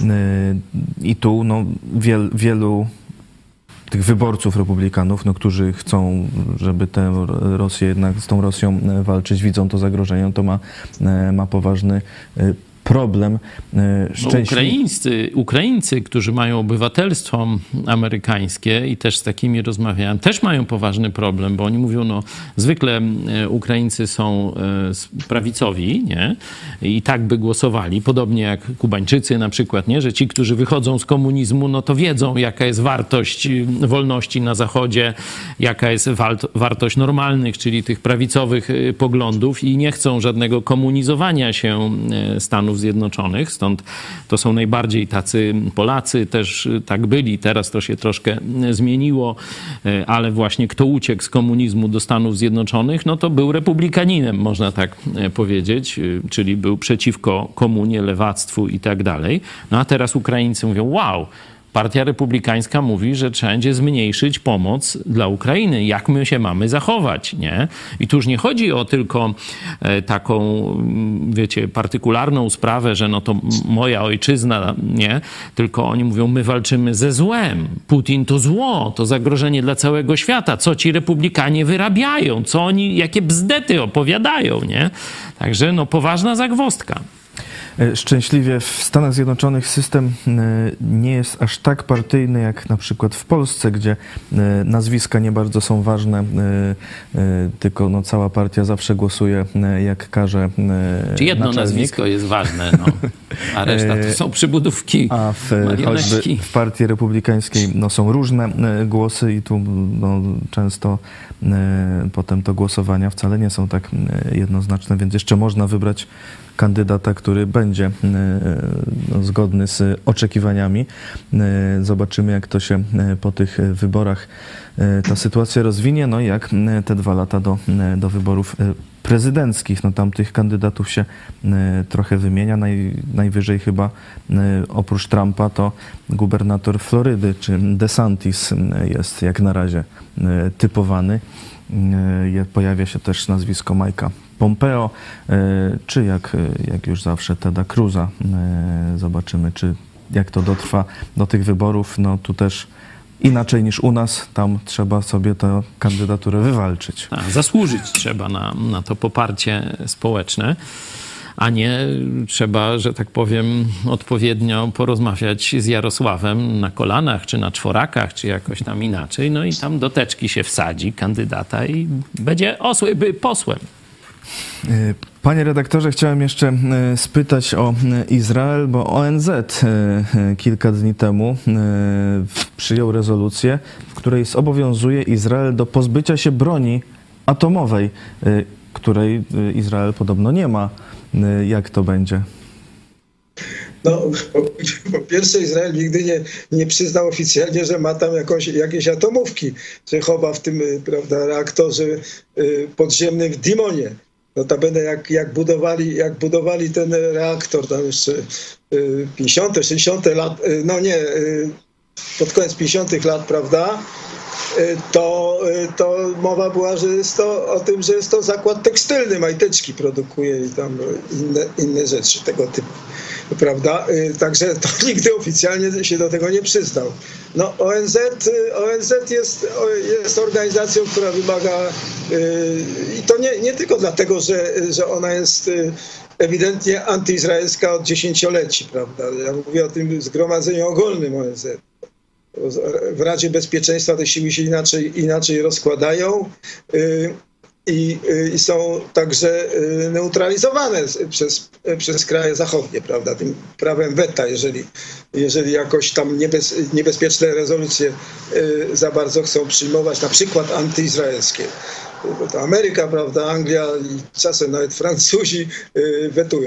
I tu no, wiel, wielu tych wyborców republikanów, no, którzy chcą, żeby tę Rosję jednak z tą Rosją walczyć, widzą to zagrożenie, to ma, ma poważny problem. No, Ukraińcy, Ukraińcy, którzy mają obywatelstwo amerykańskie i też z takimi rozmawiałem, też mają poważny problem, bo oni mówią, no zwykle Ukraińcy są prawicowi, nie? I tak by głosowali, podobnie jak Kubańczycy na przykład, nie? Że ci, którzy wychodzą z komunizmu, no to wiedzą, jaka jest wartość wolności na Zachodzie, jaka jest wartość normalnych, czyli tych prawicowych poglądów i nie chcą żadnego komunizowania się Stanów Zjednoczonych, stąd to są najbardziej tacy Polacy, też tak byli, teraz to się troszkę zmieniło, ale właśnie kto uciekł z komunizmu do Stanów Zjednoczonych, no to był republikaninem, można tak powiedzieć, czyli był przeciwko komunie, lewactwu i tak dalej. No a teraz Ukraińcy mówią, wow, Partia Republikańska mówi, że trzeba będzie zmniejszyć pomoc dla Ukrainy. Jak my się mamy zachować, nie? I tu już nie chodzi o tylko taką, wiecie, partykularną sprawę, że no to moja ojczyzna, nie? Tylko oni mówią, my walczymy ze złem. Putin to zło, to zagrożenie dla całego świata. Co ci republikanie wyrabiają? Co oni, jakie bzdety opowiadają, nie? Także no poważna zagwozdka. Szczęśliwie w Stanach Zjednoczonych system nie jest aż tak partyjny jak na przykład w Polsce, gdzie nazwiska nie bardzo są ważne, tylko no, cała partia zawsze głosuje jak każe Czy jedno naczelnik. Nazwisko jest ważne, no, a reszta to są przybudówki, a w, choćby w partii republikańskiej no, są różne głosy i tu no, często potem to głosowania wcale nie są tak jednoznaczne, więc jeszcze można wybrać kandydata, który będzie no, zgodny z oczekiwaniami. Zobaczymy, jak to się po tych wyborach ta sytuacja rozwinie, no i jak te dwa lata do, do wyborów prezydenckich. No tam tych kandydatów się trochę wymienia. Naj, najwyżej chyba oprócz Trumpa to gubernator Florydy, czy DeSantis jest jak na razie typowany. Pojawia się też nazwisko Mike'a Pompeo, czy jak, jak już zawsze Teda Cruza. Zobaczymy, czy jak to dotrwa do tych wyborów. No tu też inaczej niż u nas, tam trzeba sobie tę kandydaturę wywalczyć. A, zasłużyć trzeba na, na to poparcie społeczne, a nie trzeba, że tak powiem, odpowiednio porozmawiać z Jarosławem na kolanach, czy na czworakach, czy jakoś tam inaczej. No i tam do teczki się wsadzi kandydata i będzie osły, by posłem. Panie redaktorze, chciałem jeszcze spytać o Izrael, bo O N Z kilka dni temu przyjął rezolucję, w której zobowiązuje Izrael do pozbycia się broni atomowej, której Izrael podobno nie ma. Jak to będzie? No, po, po pierwsze, Izrael nigdy nie, nie przyznał oficjalnie, że ma tam jakąś, jakieś atomówki, że chowa w tym, prawda, reaktorze podziemnym w Dimonie. Notabene jak, jak, budowali, jak budowali ten reaktor, tam jeszcze pięćdziesiąte, sześćdziesiąte lat, no nie, pod koniec pięćdziesiątych lat, prawda, to, to mowa była, że jest to o tym, że jest to zakład tekstylny, majteczki produkuje i tam inne, inne rzeczy tego typu, prawda? Także to nigdy oficjalnie się do tego nie przyznał. No O N Z, O N Z jest, jest organizacją, która wymaga i to nie, nie tylko dlatego, że, że ona jest ewidentnie antyizraelska od dziesięcioleci, prawda? Ja mówię o tym Zgromadzeniu Ogólnym O N Z. W Radzie Bezpieczeństwa te siły się inaczej, inaczej rozkładają i, i są także neutralizowane przez, przez kraje zachodnie, prawda, tym prawem weta, jeżeli, jeżeli jakoś tam niebez, niebezpieczne rezolucje za bardzo chcą przyjmować, na przykład antyizraelskie. Bo to Ameryka, prawda, Anglia i czasem nawet Francuzi wetują.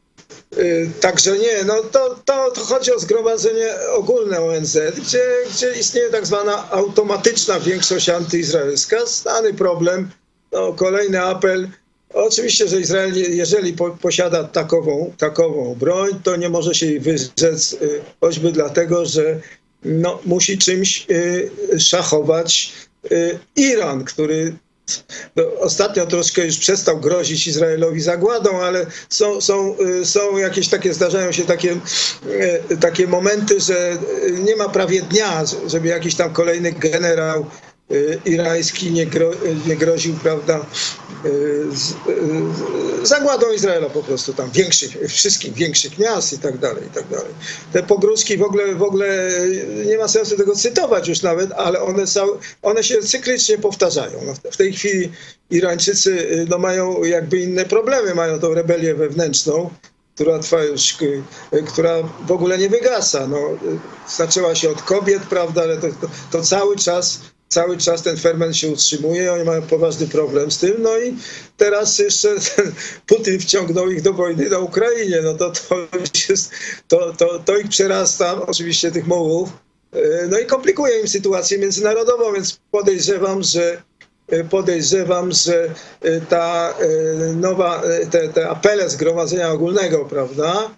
Także nie, no to, to, to chodzi o Zgromadzenie Ogólne O N Z, gdzie, gdzie istnieje tak zwana automatyczna większość antyizraelska. Znany problem, no, kolejny apel. Oczywiście, że Izrael, jeżeli po, posiada takową, takową broń, to nie może się jej wyrzec, choćby dlatego, że no, musi czymś y, szachować y, Iran, który no, ostatnio troszkę już przestał grozić Izraelowi zagładą, ale są, są, są jakieś takie, zdarzają się takie, takie momenty, że nie ma prawie dnia, żeby jakiś tam kolejny generał irański nie, gro, nie groził, prawda, z, z zagładą Izraela po prostu tam większych, wszystkich większych miast i tak dalej, i tak dalej. Te pogróżki w ogóle, w ogóle nie ma sensu tego cytować już nawet, ale one, są, one się cyklicznie powtarzają. No, w tej chwili Irańczycy no, mają jakby inne problemy, mają tą rebelię wewnętrzną, która trwa już, która w ogóle nie wygasa. No, zaczęła się od kobiet, prawda, ale to, to, to cały czas Cały czas ten ferment się utrzymuje, oni mają poważny problem z tym, no i teraz jeszcze ten Putin wciągnął ich do wojny na Ukrainie, no to to, jest, to, to, to ich przerasta, oczywiście tych Mołów, no i komplikuje im sytuację międzynarodową, więc podejrzewam, że podejrzewam, że ta nowa, te, te apele Zgromadzenia Ogólnego, prawda,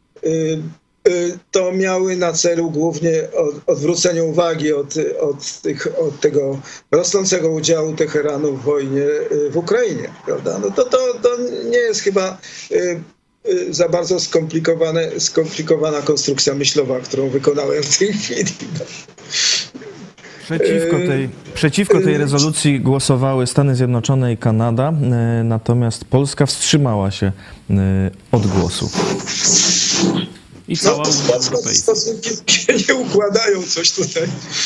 to miały na celu głównie odwrócenie uwagi od, od, tych, od tego rosnącego udziału Teheranu w wojnie w Ukrainie, prawda? No to, to, to nie jest chyba za bardzo skomplikowane, skomplikowana konstrukcja myślowa, którą wykonałem w tej chwili. Przeciwko tej, przeciwko tej rezolucji głosowały Stany Zjednoczone i Kanada, natomiast Polska wstrzymała się od głosu. I cała no, Unia Europejska. Stosunki się nie układają coś tutaj.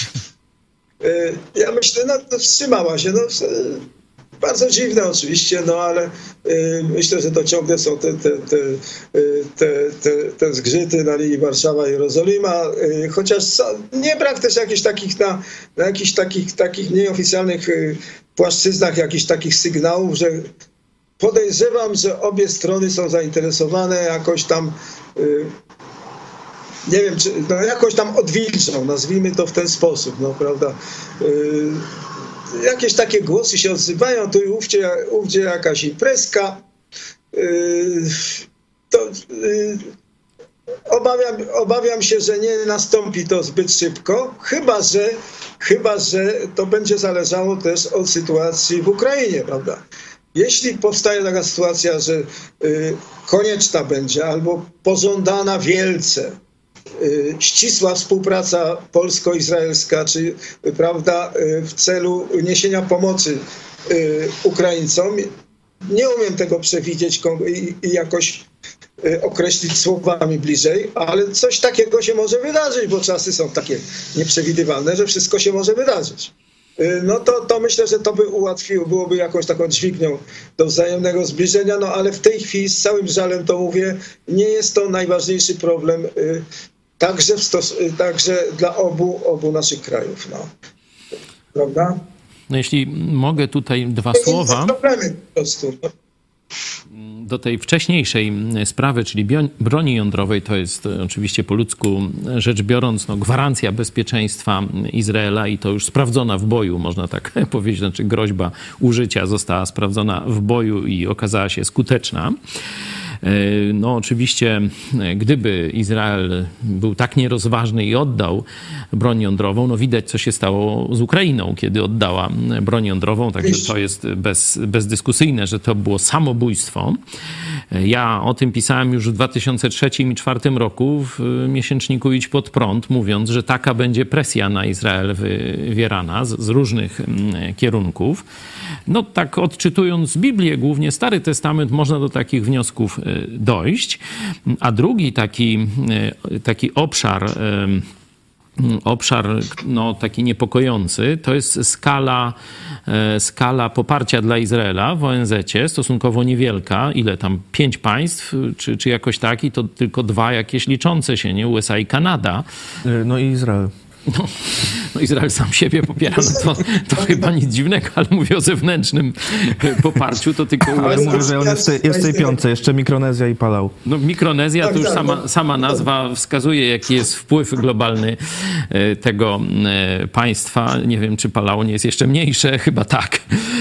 Ja myślę, no to wstrzymała się. No, bardzo dziwne oczywiście, no ale myślę, że to ciągle są te, te, te, te, te, te zgrzyty na linii Warszawa-Jerozolima, chociaż nie brak też jakichś takich na, na jakichś takich, takich nieoficjalnych płaszczyznach, jakichś takich sygnałów, że podejrzewam, że obie strony są zainteresowane jakoś tam, nie wiem, czy no jakoś tam odwilżą, nazwijmy to w ten sposób, no prawda. Jakieś takie głosy się odzywają, tu i ówdzie, ówdzie jakaś imprezka. To, obawiam, obawiam się, że nie nastąpi to zbyt szybko, chyba że, chyba że to będzie zależało też od sytuacji w Ukrainie, prawda? Jeśli powstaje taka sytuacja, że y, konieczna będzie albo pożądana wielce y, ścisła współpraca polsko-izraelska, czy y, prawda, y, w celu niesienia pomocy y, Ukraińcom, nie umiem tego przewidzieć i, i jakoś y, określić słowami bliżej, ale coś takiego się może wydarzyć, bo czasy są takie nieprzewidywalne, że wszystko się może wydarzyć. No to, to myślę, że to by ułatwiło, byłoby jakąś taką dźwignią do wzajemnego zbliżenia, no ale w tej chwili z całym żalem to mówię, nie jest to najważniejszy problem y, także, w stos- y, także dla obu, obu naszych krajów. No. Prawda? No jeśli mogę tutaj dwa To słowa są problemy po prostu. No. do tej wcześniejszej sprawy, czyli bio- broni jądrowej, to jest oczywiście po ludzku rzecz biorąc no, gwarancja bezpieczeństwa Izraela i to już sprawdzona w boju, można tak powiedzieć, znaczy groźba użycia została sprawdzona w boju i okazała się skuteczna. No oczywiście, gdyby Izrael był tak nierozważny i oddał broń jądrową, no widać, co się stało z Ukrainą, kiedy oddała broń jądrową, także to jest bez, bezdyskusyjne, że to było samobójstwo. Ja o tym pisałem już w dwa tysiące trzecim i dwa tysiące czwartym roku w miesięczniku Idź Pod Prąd, mówiąc, że taka będzie presja na Izrael wywierana z, z różnych kierunków. No tak odczytując Biblię, głównie Stary Testament, można do takich wniosków dojść. A drugi taki, taki obszar, obszar no, taki niepokojący, to jest skala, skala poparcia dla Izraela w O N Z-cie, stosunkowo niewielka, ile tam, pięć państw, czy, czy jakoś tak, i to tylko dwa jakieś liczące się, nie? U S A i Kanada. No i Izrael. No, no Izrael sam siebie popiera, no to, to chyba nic dziwnego, ale mówię o zewnętrznym poparciu, to tylko... Ale mówię, że on jest w tej, jest w tej piątce, jeszcze Mikronezja i Palau. No Mikronezja to już sama, sama nazwa wskazuje, jaki jest wpływ globalny tego państwa. Nie wiem, czy Palau nie jest jeszcze mniejsze, chyba tak.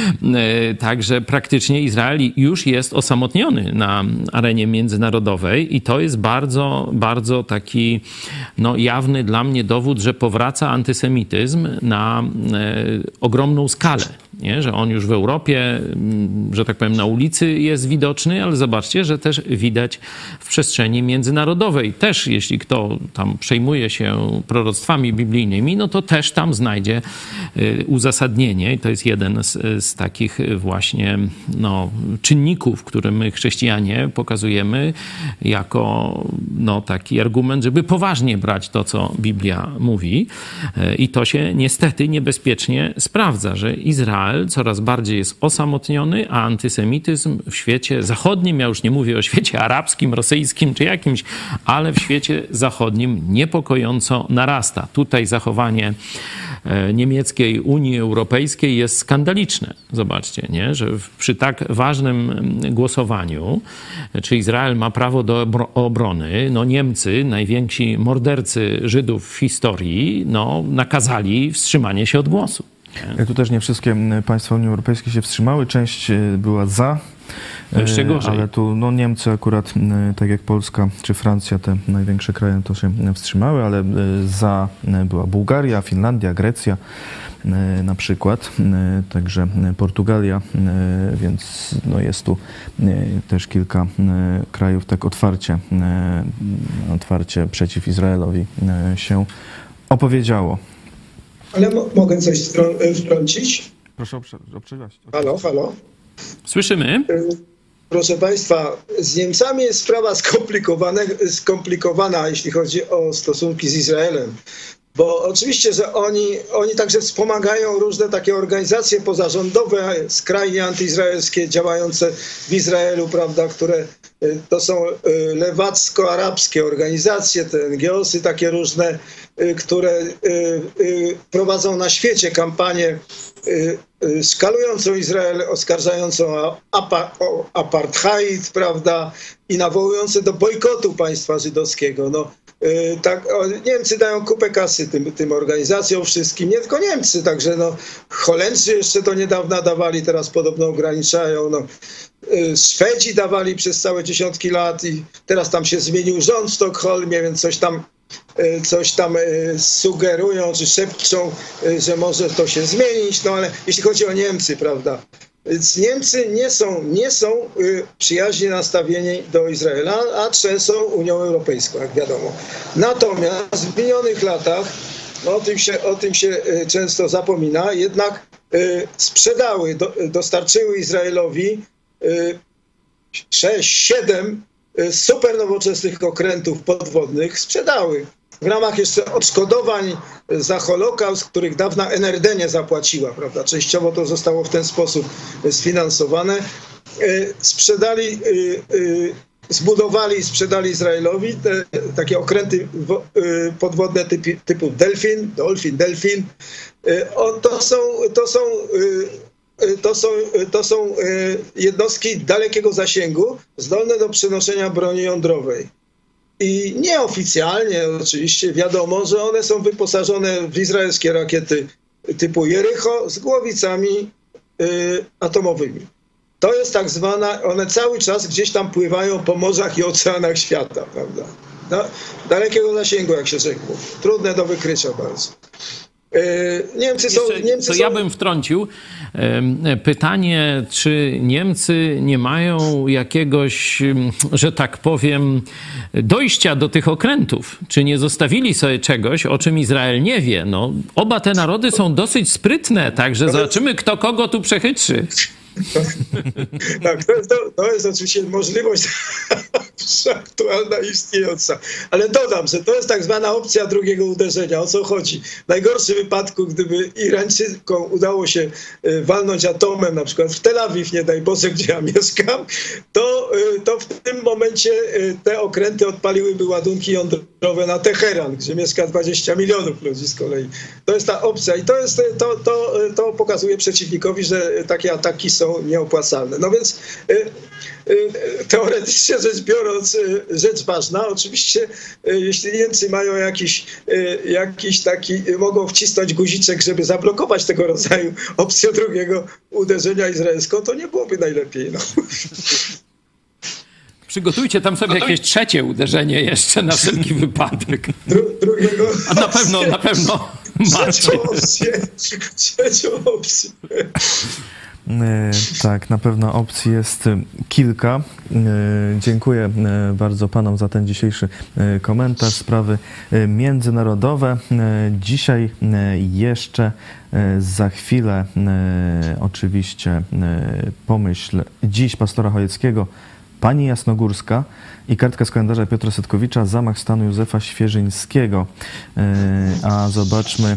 Także praktycznie Izrael już jest osamotniony na arenie międzynarodowej i to jest bardzo, bardzo taki no, jawny dla mnie dowód, że powraca antysemityzm na e, ogromną skalę. Nie? Że on już w Europie, że tak powiem, na ulicy jest widoczny, ale zobaczcie, że też widać w przestrzeni międzynarodowej. Też jeśli kto tam przejmuje się proroctwami biblijnymi, no to też tam znajdzie uzasadnienie. I to jest jeden z, z takich właśnie no, czynników, które my chrześcijanie pokazujemy jako no, taki argument, żeby poważnie brać to, co Biblia mówi. I to się niestety niebezpiecznie sprawdza, że Izrael coraz bardziej jest osamotniony, a antysemityzm w świecie zachodnim, ja już nie mówię o świecie arabskim, rosyjskim czy jakimś, ale w świecie zachodnim niepokojąco narasta. Tutaj zachowanie niemieckiej Unii Europejskiej jest skandaliczne. Zobaczcie, nie? Że przy tak ważnym głosowaniu, czy Izrael ma prawo do obrony, no Niemcy, najwięksi mordercy Żydów w historii, no nakazali wstrzymanie się od głosu. Nie? Tu też nie wszystkie państwa Unii Europejskiej się wstrzymały, część była za, jeszcze gorzej. Ale tu no, Niemcy akurat, tak jak Polska czy Francja, te największe kraje to się wstrzymały, ale za była Bułgaria, Finlandia, Grecja na przykład, także Portugalia, więc no, jest tu też kilka krajów tak otwarcie, otwarcie przeciw Izraelowi się opowiedziało. Ale mo- mogę coś wtrącić? Proszę o przerwać. Halo, halo. Słyszymy? Proszę Państwa, z Niemcami jest sprawa skomplikowana, skomplikowana, jeśli chodzi o stosunki z Izraelem. Bo oczywiście, że oni, oni także wspomagają różne takie organizacje pozarządowe, skrajnie antyizraelskie, działające w Izraelu, prawda, które to są lewacko-arabskie organizacje, te N G O sy takie różne, które prowadzą na świecie kampanię szkalującą Izrael, oskarżającą o, apa, o apartheid, prawda, i nawołujące do bojkotu państwa żydowskiego. No, tak, Niemcy dają kupę kasy tym, tym organizacjom wszystkim, nie tylko Niemcy, także no, Holendrzy jeszcze do niedawna dawali, teraz podobno ograniczają. No, Szwedzi dawali przez całe dziesiątki lat i teraz tam się zmienił rząd w Sztokholmie, więc coś tam coś tam sugerują, czy szepczą, że może to się zmienić, no ale jeśli chodzi o Niemcy, prawda, więc Niemcy nie są, nie są przyjaźnie nastawieni do Izraela, a trzęsą Unią Europejską, jak wiadomo. Natomiast w minionych latach, no o tym się, o tym się często zapomina, jednak sprzedały, do, dostarczyły Izraelowi sześć, siedem super nowoczesnych okrętów podwodnych, sprzedały w ramach jeszcze odszkodowań za Holokaust, których dawna N R D nie zapłaciła, prawda? Częściowo to zostało w ten sposób sfinansowane. Sprzedali, zbudowali i sprzedali Izraelowi te, takie okręty podwodne typu, typu Delfin, Dolphin, Delfin. To są, to są To są, to są jednostki dalekiego zasięgu, zdolne do przenoszenia broni jądrowej. I nieoficjalnie oczywiście wiadomo, że one są wyposażone w izraelskie rakiety typu Jericho z głowicami y, atomowymi. To jest tak zwana, one cały czas gdzieś tam pływają po morzach i oceanach świata, prawda? Da, dalekiego zasięgu, jak się rzekło. Trudne do wykrycia bardzo. Niemcy są, Niemcy to są... ja bym wtrącił pytanie, czy Niemcy nie mają jakiegoś, że tak powiem, dojścia do tych okrętów? Czy nie zostawili sobie czegoś, o czym Izrael nie wie? No, oba te narody są dosyć sprytne, także zobaczymy, kto kogo tu przechytrzy. Tak, to jest, to, to jest oczywiście możliwość aktualna i istniejąca. Ale dodam, że to jest tak zwana opcja drugiego uderzenia. O co chodzi? W najgorszym wypadku, gdyby Irańczykom udało się walnąć atomem, na przykład w Tel Awiw, nie daj Boże, gdzie ja mieszkam, to, to w tym momencie te okręty odpaliłyby ładunki jądrowe na Teheran, gdzie mieszka dwadzieścia milionów ludzi z kolei. To jest ta opcja i to, jest, to, to, to pokazuje przeciwnikowi, że takie ataki są nieopłacalne. No więc teoretycznie rzecz biorąc, rzecz ważna, oczywiście jeśli Niemcy mają jakiś, jakiś taki, mogą wcisnąć guziczek, żeby zablokować tego rodzaju opcję drugiego uderzenia izraelską, to nie byłoby najlepiej. No. Przygotujcie tam sobie jakieś trzecie uderzenie jeszcze na wszelki wypadek. Dru, drugiego... A na pewno, na pewno macie. Trzecią opcję. Trzecią opcję. Tak, na pewno opcji jest kilka. Dziękuję bardzo panom za ten dzisiejszy komentarz. Sprawy międzynarodowe. Dzisiaj jeszcze za chwilę oczywiście pomyśl dziś pastora Chojeckiego, pani Jasnogórska i kartka z kalendarza Piotra Setkowicza, zamach stanu Józefa Świeżyńskiego. A zobaczmy,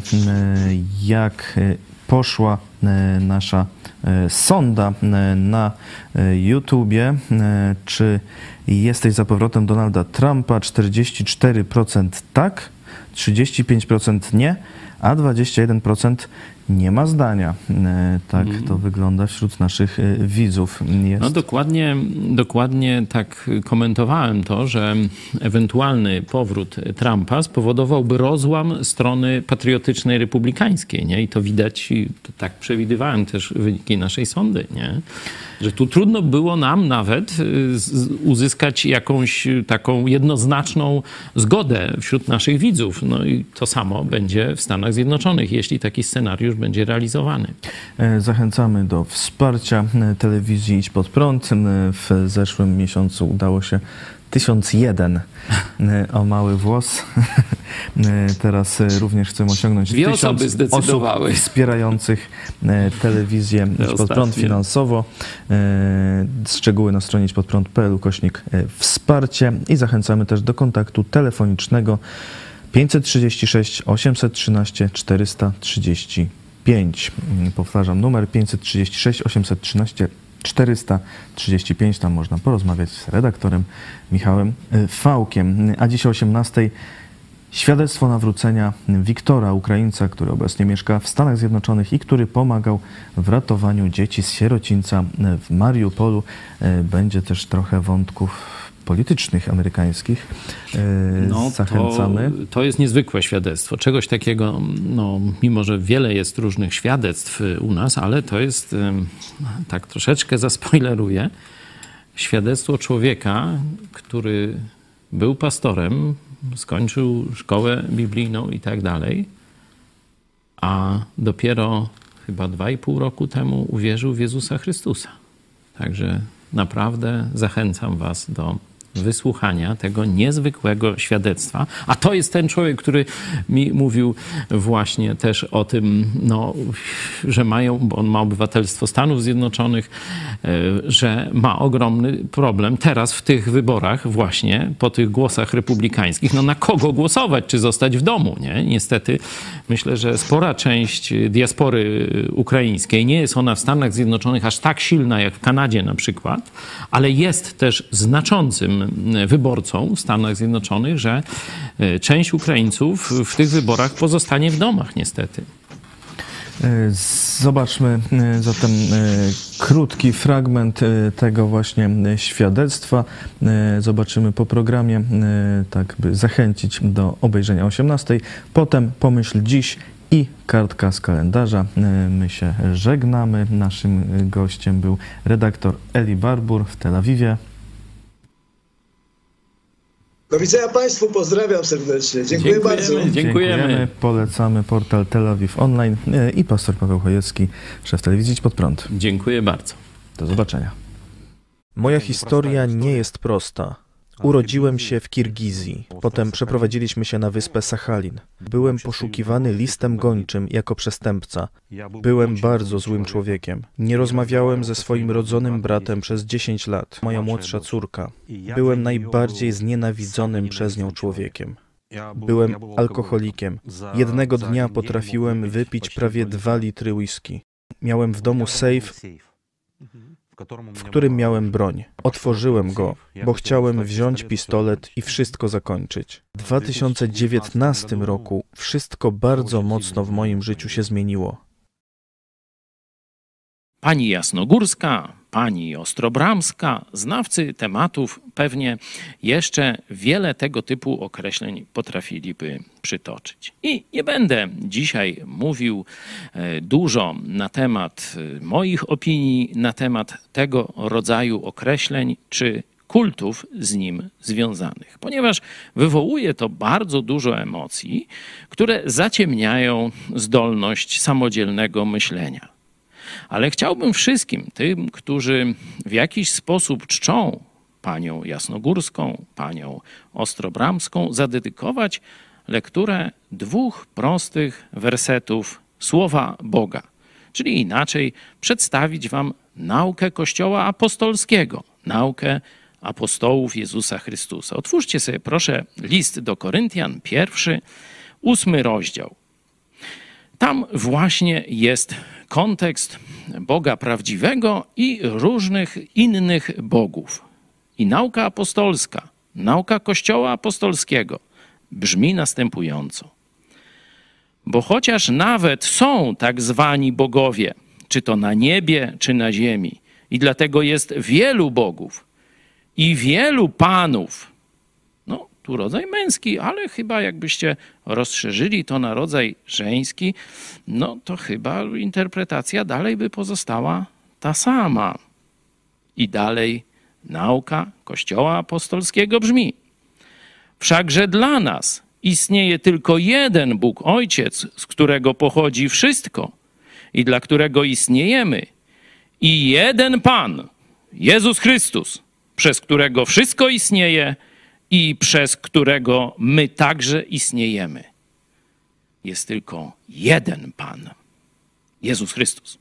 jak poszła nasza sonda na YouTubie. Czy jesteś za powrotem Donalda Trumpa? czterdzieści cztery procent tak, trzydzieści pięć procent nie, a dwadzieścia jeden procent nie ma zdania. Tak mm. to wygląda wśród naszych widzów. Jest. No dokładnie, dokładnie tak komentowałem to, że ewentualny powrót Trumpa spowodowałby rozłam strony patriotycznej republikańskiej, nie? I to widać, to tak przewidywałem też wyniki naszej sondy, nie? Że tu trudno było nam nawet uzyskać jakąś taką jednoznaczną zgodę wśród naszych widzów. No i to samo będzie w Stanach Zjednoczonych, jeśli taki scenariusz będzie realizowany. Zachęcamy do wsparcia telewizji Idź Pod Prąd. W zeszłym miesiącu udało się tysiąc jeden o mały włos. Teraz również chcemy osiągnąć Dwie tysiąc osoby zdecydowały. osób wspierających telewizję Idź Pod Prąd finansowo. Szczegóły na stronie idźpodprąd kropka p l ukośnik wsparcie i zachęcamy też do kontaktu telefonicznego pięćset trzydzieści sześć osiemset trzynaście czterysta trzydzieści pięć. Powtarzam numer pięćset trzydzieści sześć osiemset trzynaście czterysta trzydzieści pięć. Tam można porozmawiać z redaktorem Michałem Fałkiem. A dziś o osiemnastej świadectwo nawrócenia Wiktora, Ukraińca, który obecnie mieszka w Stanach Zjednoczonych i który pomagał w ratowaniu dzieci z sierocińca w Mariupolu. Będzie też trochę wątków politycznych amerykańskich. No, zachęcamy. To, to jest niezwykłe świadectwo. Czegoś takiego, no, mimo że wiele jest różnych świadectw u nas, ale to jest, tak troszeczkę zaspoileruję, świadectwo człowieka, który był pastorem, skończył szkołę biblijną i tak dalej, a dopiero chyba dwa i pół roku temu uwierzył w Jezusa Chrystusa. Także naprawdę zachęcam was do wysłuchania tego niezwykłego świadectwa. A to jest ten człowiek, który mi mówił właśnie też o tym, no, że mają, bo on ma obywatelstwo Stanów Zjednoczonych, że ma ogromny problem teraz w tych wyborach właśnie, po tych głosach republikańskich, no na kogo głosować, czy zostać w domu, nie? Niestety myślę, że spora część diaspory ukraińskiej, nie jest ona w Stanach Zjednoczonych aż tak silna jak w Kanadzie na przykład, ale jest też znaczącym wyborcą w Stanach Zjednoczonych, że część Ukraińców w tych wyborach pozostanie w domach niestety. Zobaczmy zatem krótki fragment tego właśnie świadectwa. Zobaczymy po programie, tak by zachęcić do obejrzenia o osiemnastej. Potem Pomyśl dziś i kartka z kalendarza. My się żegnamy. Naszym gościem był redaktor Eli Barbur w Tel Awiwie. Do widzenia Państwu, pozdrawiam serdecznie. Dziękuję Dziękujemy, bardzo. dziękujemy. Dziękujemy. Polecamy portal Tel Awiw Online i pastor Paweł Chojecki, szef telewizji Idź Pod Prąd. Dziękuję bardzo. Do zobaczenia. Moja historia nie jest prosta. Urodziłem się w Kirgizji. Potem przeprowadziliśmy się na wyspę Sachalin. Byłem poszukiwany listem gończym jako przestępca. Byłem bardzo złym człowiekiem. Nie rozmawiałem ze swoim rodzonym bratem przez dziesięć lat. Moja młodsza córka. Byłem najbardziej znienawidzonym przez nią człowiekiem. Byłem alkoholikiem. Jednego dnia potrafiłem wypić prawie dwa litry whisky. Miałem w domu sejf, w którym miałem broń. Otworzyłem go, bo chciałem wziąć pistolet i wszystko zakończyć. W dwa tysiące dziewiętnastym roku wszystko bardzo mocno w moim życiu się zmieniło. Pani Jasnogórska, pani Ostrobramska, znawcy tematów pewnie jeszcze wiele tego typu określeń potrafiliby przytoczyć. I nie będę dzisiaj mówił dużo na temat moich opinii, na temat tego rodzaju określeń czy kultów z nim związanych, ponieważ wywołuje to bardzo dużo emocji, które zaciemniają zdolność samodzielnego myślenia. Ale chciałbym wszystkim tym, którzy w jakiś sposób czczą panią Jasnogórską, panią Ostrobramską, zadedykować lekturę dwóch prostych wersetów Słowa Boga. Czyli inaczej przedstawić wam naukę Kościoła apostolskiego, naukę apostołów Jezusa Chrystusa. Otwórzcie sobie proszę list do Koryntian, pierwszy, ósmy rozdział. Tam właśnie jest kontekst Boga prawdziwego i różnych innych bogów. I nauka apostolska, nauka Kościoła apostolskiego brzmi następująco. Bo chociaż nawet są tak zwani bogowie, czy to na niebie, czy na ziemi, i dlatego jest wielu bogów i wielu panów, no tu rodzaj męski, ale chyba jakbyście rozszerzyli to na rodzaj żeński, no to chyba interpretacja dalej by pozostała ta sama. I dalej nauka Kościoła apostolskiego brzmi. Wszakże dla nas istnieje tylko jeden Bóg Ojciec, z którego pochodzi wszystko i dla którego istniejemy, i jeden Pan, Jezus Chrystus, przez którego wszystko istnieje i przez którego my także istniejemy. Jest tylko jeden Pan, Jezus Chrystus.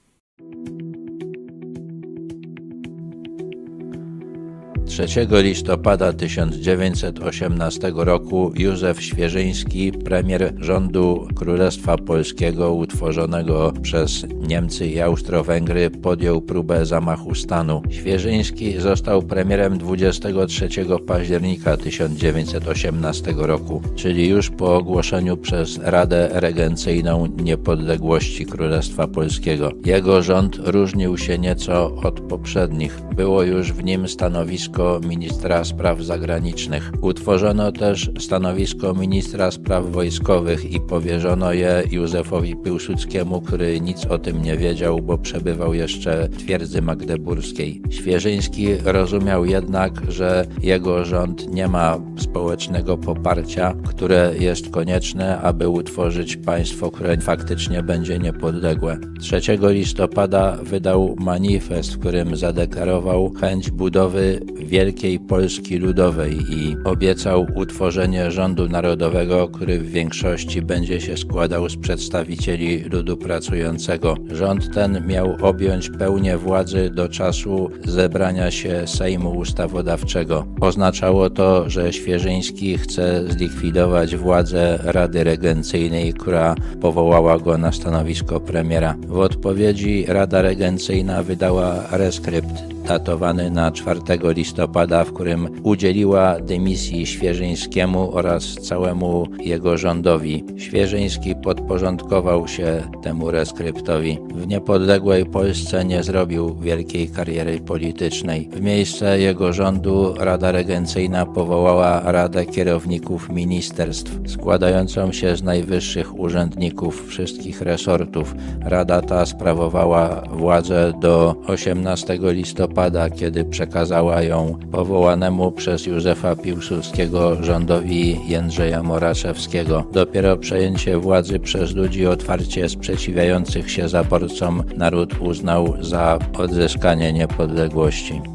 trzeciego listopada tysiąc dziewięćset osiemnastego roku Józef Świeżyński, premier rządu Królestwa Polskiego utworzonego przez Niemcy i Austro-Węgry, podjął próbę zamachu stanu. Świeżyński został premierem dwudziestego trzeciego października tysiąc dziewięćset osiemnastego roku, czyli już po ogłoszeniu przez Radę Regencyjną niepodległości Królestwa Polskiego. Jego rząd różnił się nieco od poprzednich. Było już w nim stanowisko stanowisko ministra spraw zagranicznych. Utworzono też stanowisko ministra spraw wojskowych i powierzono je Józefowi Piłsudskiemu, który nic o tym nie wiedział, bo przebywał jeszcze w twierdzy magdeburskiej. Świeżyński rozumiał jednak, że jego rząd nie ma społecznego poparcia, które jest konieczne, aby utworzyć państwo, które faktycznie będzie niepodległe. trzeciego listopada wydał manifest, w którym zadeklarował chęć budowy Wielkiej Polski Ludowej i obiecał utworzenie rządu narodowego, który w większości będzie się składał z przedstawicieli ludu pracującego. Rząd ten miał objąć pełnię władzy do czasu zebrania się Sejmu Ustawodawczego. Oznaczało to, że Świeżyński chce zlikwidować władzę Rady Regencyjnej, która powołała go na stanowisko premiera. W odpowiedzi Rada Regencyjna wydała reskrypt datowany na czwartego listopada, w którym udzieliła dymisji Świeżyńskiemu oraz całemu jego rządowi. Świeżyński podporządkował się temu reskryptowi. W niepodległej Polsce nie zrobił wielkiej kariery politycznej. W miejsce jego rządu Rada Regencyjna powołała Radę Kierowników Ministerstw, składającą się z najwyższych urzędników wszystkich resortów. Rada ta sprawowała władzę do osiemnastego listopada, kiedy przekazała ją powołanemu przez Józefa Piłsudskiego rządowi Jędrzeja Moraczewskiego. Dopiero przejęcie władzy przez ludzi otwarcie sprzeciwiających się zaborcom naród uznał za odzyskanie niepodległości.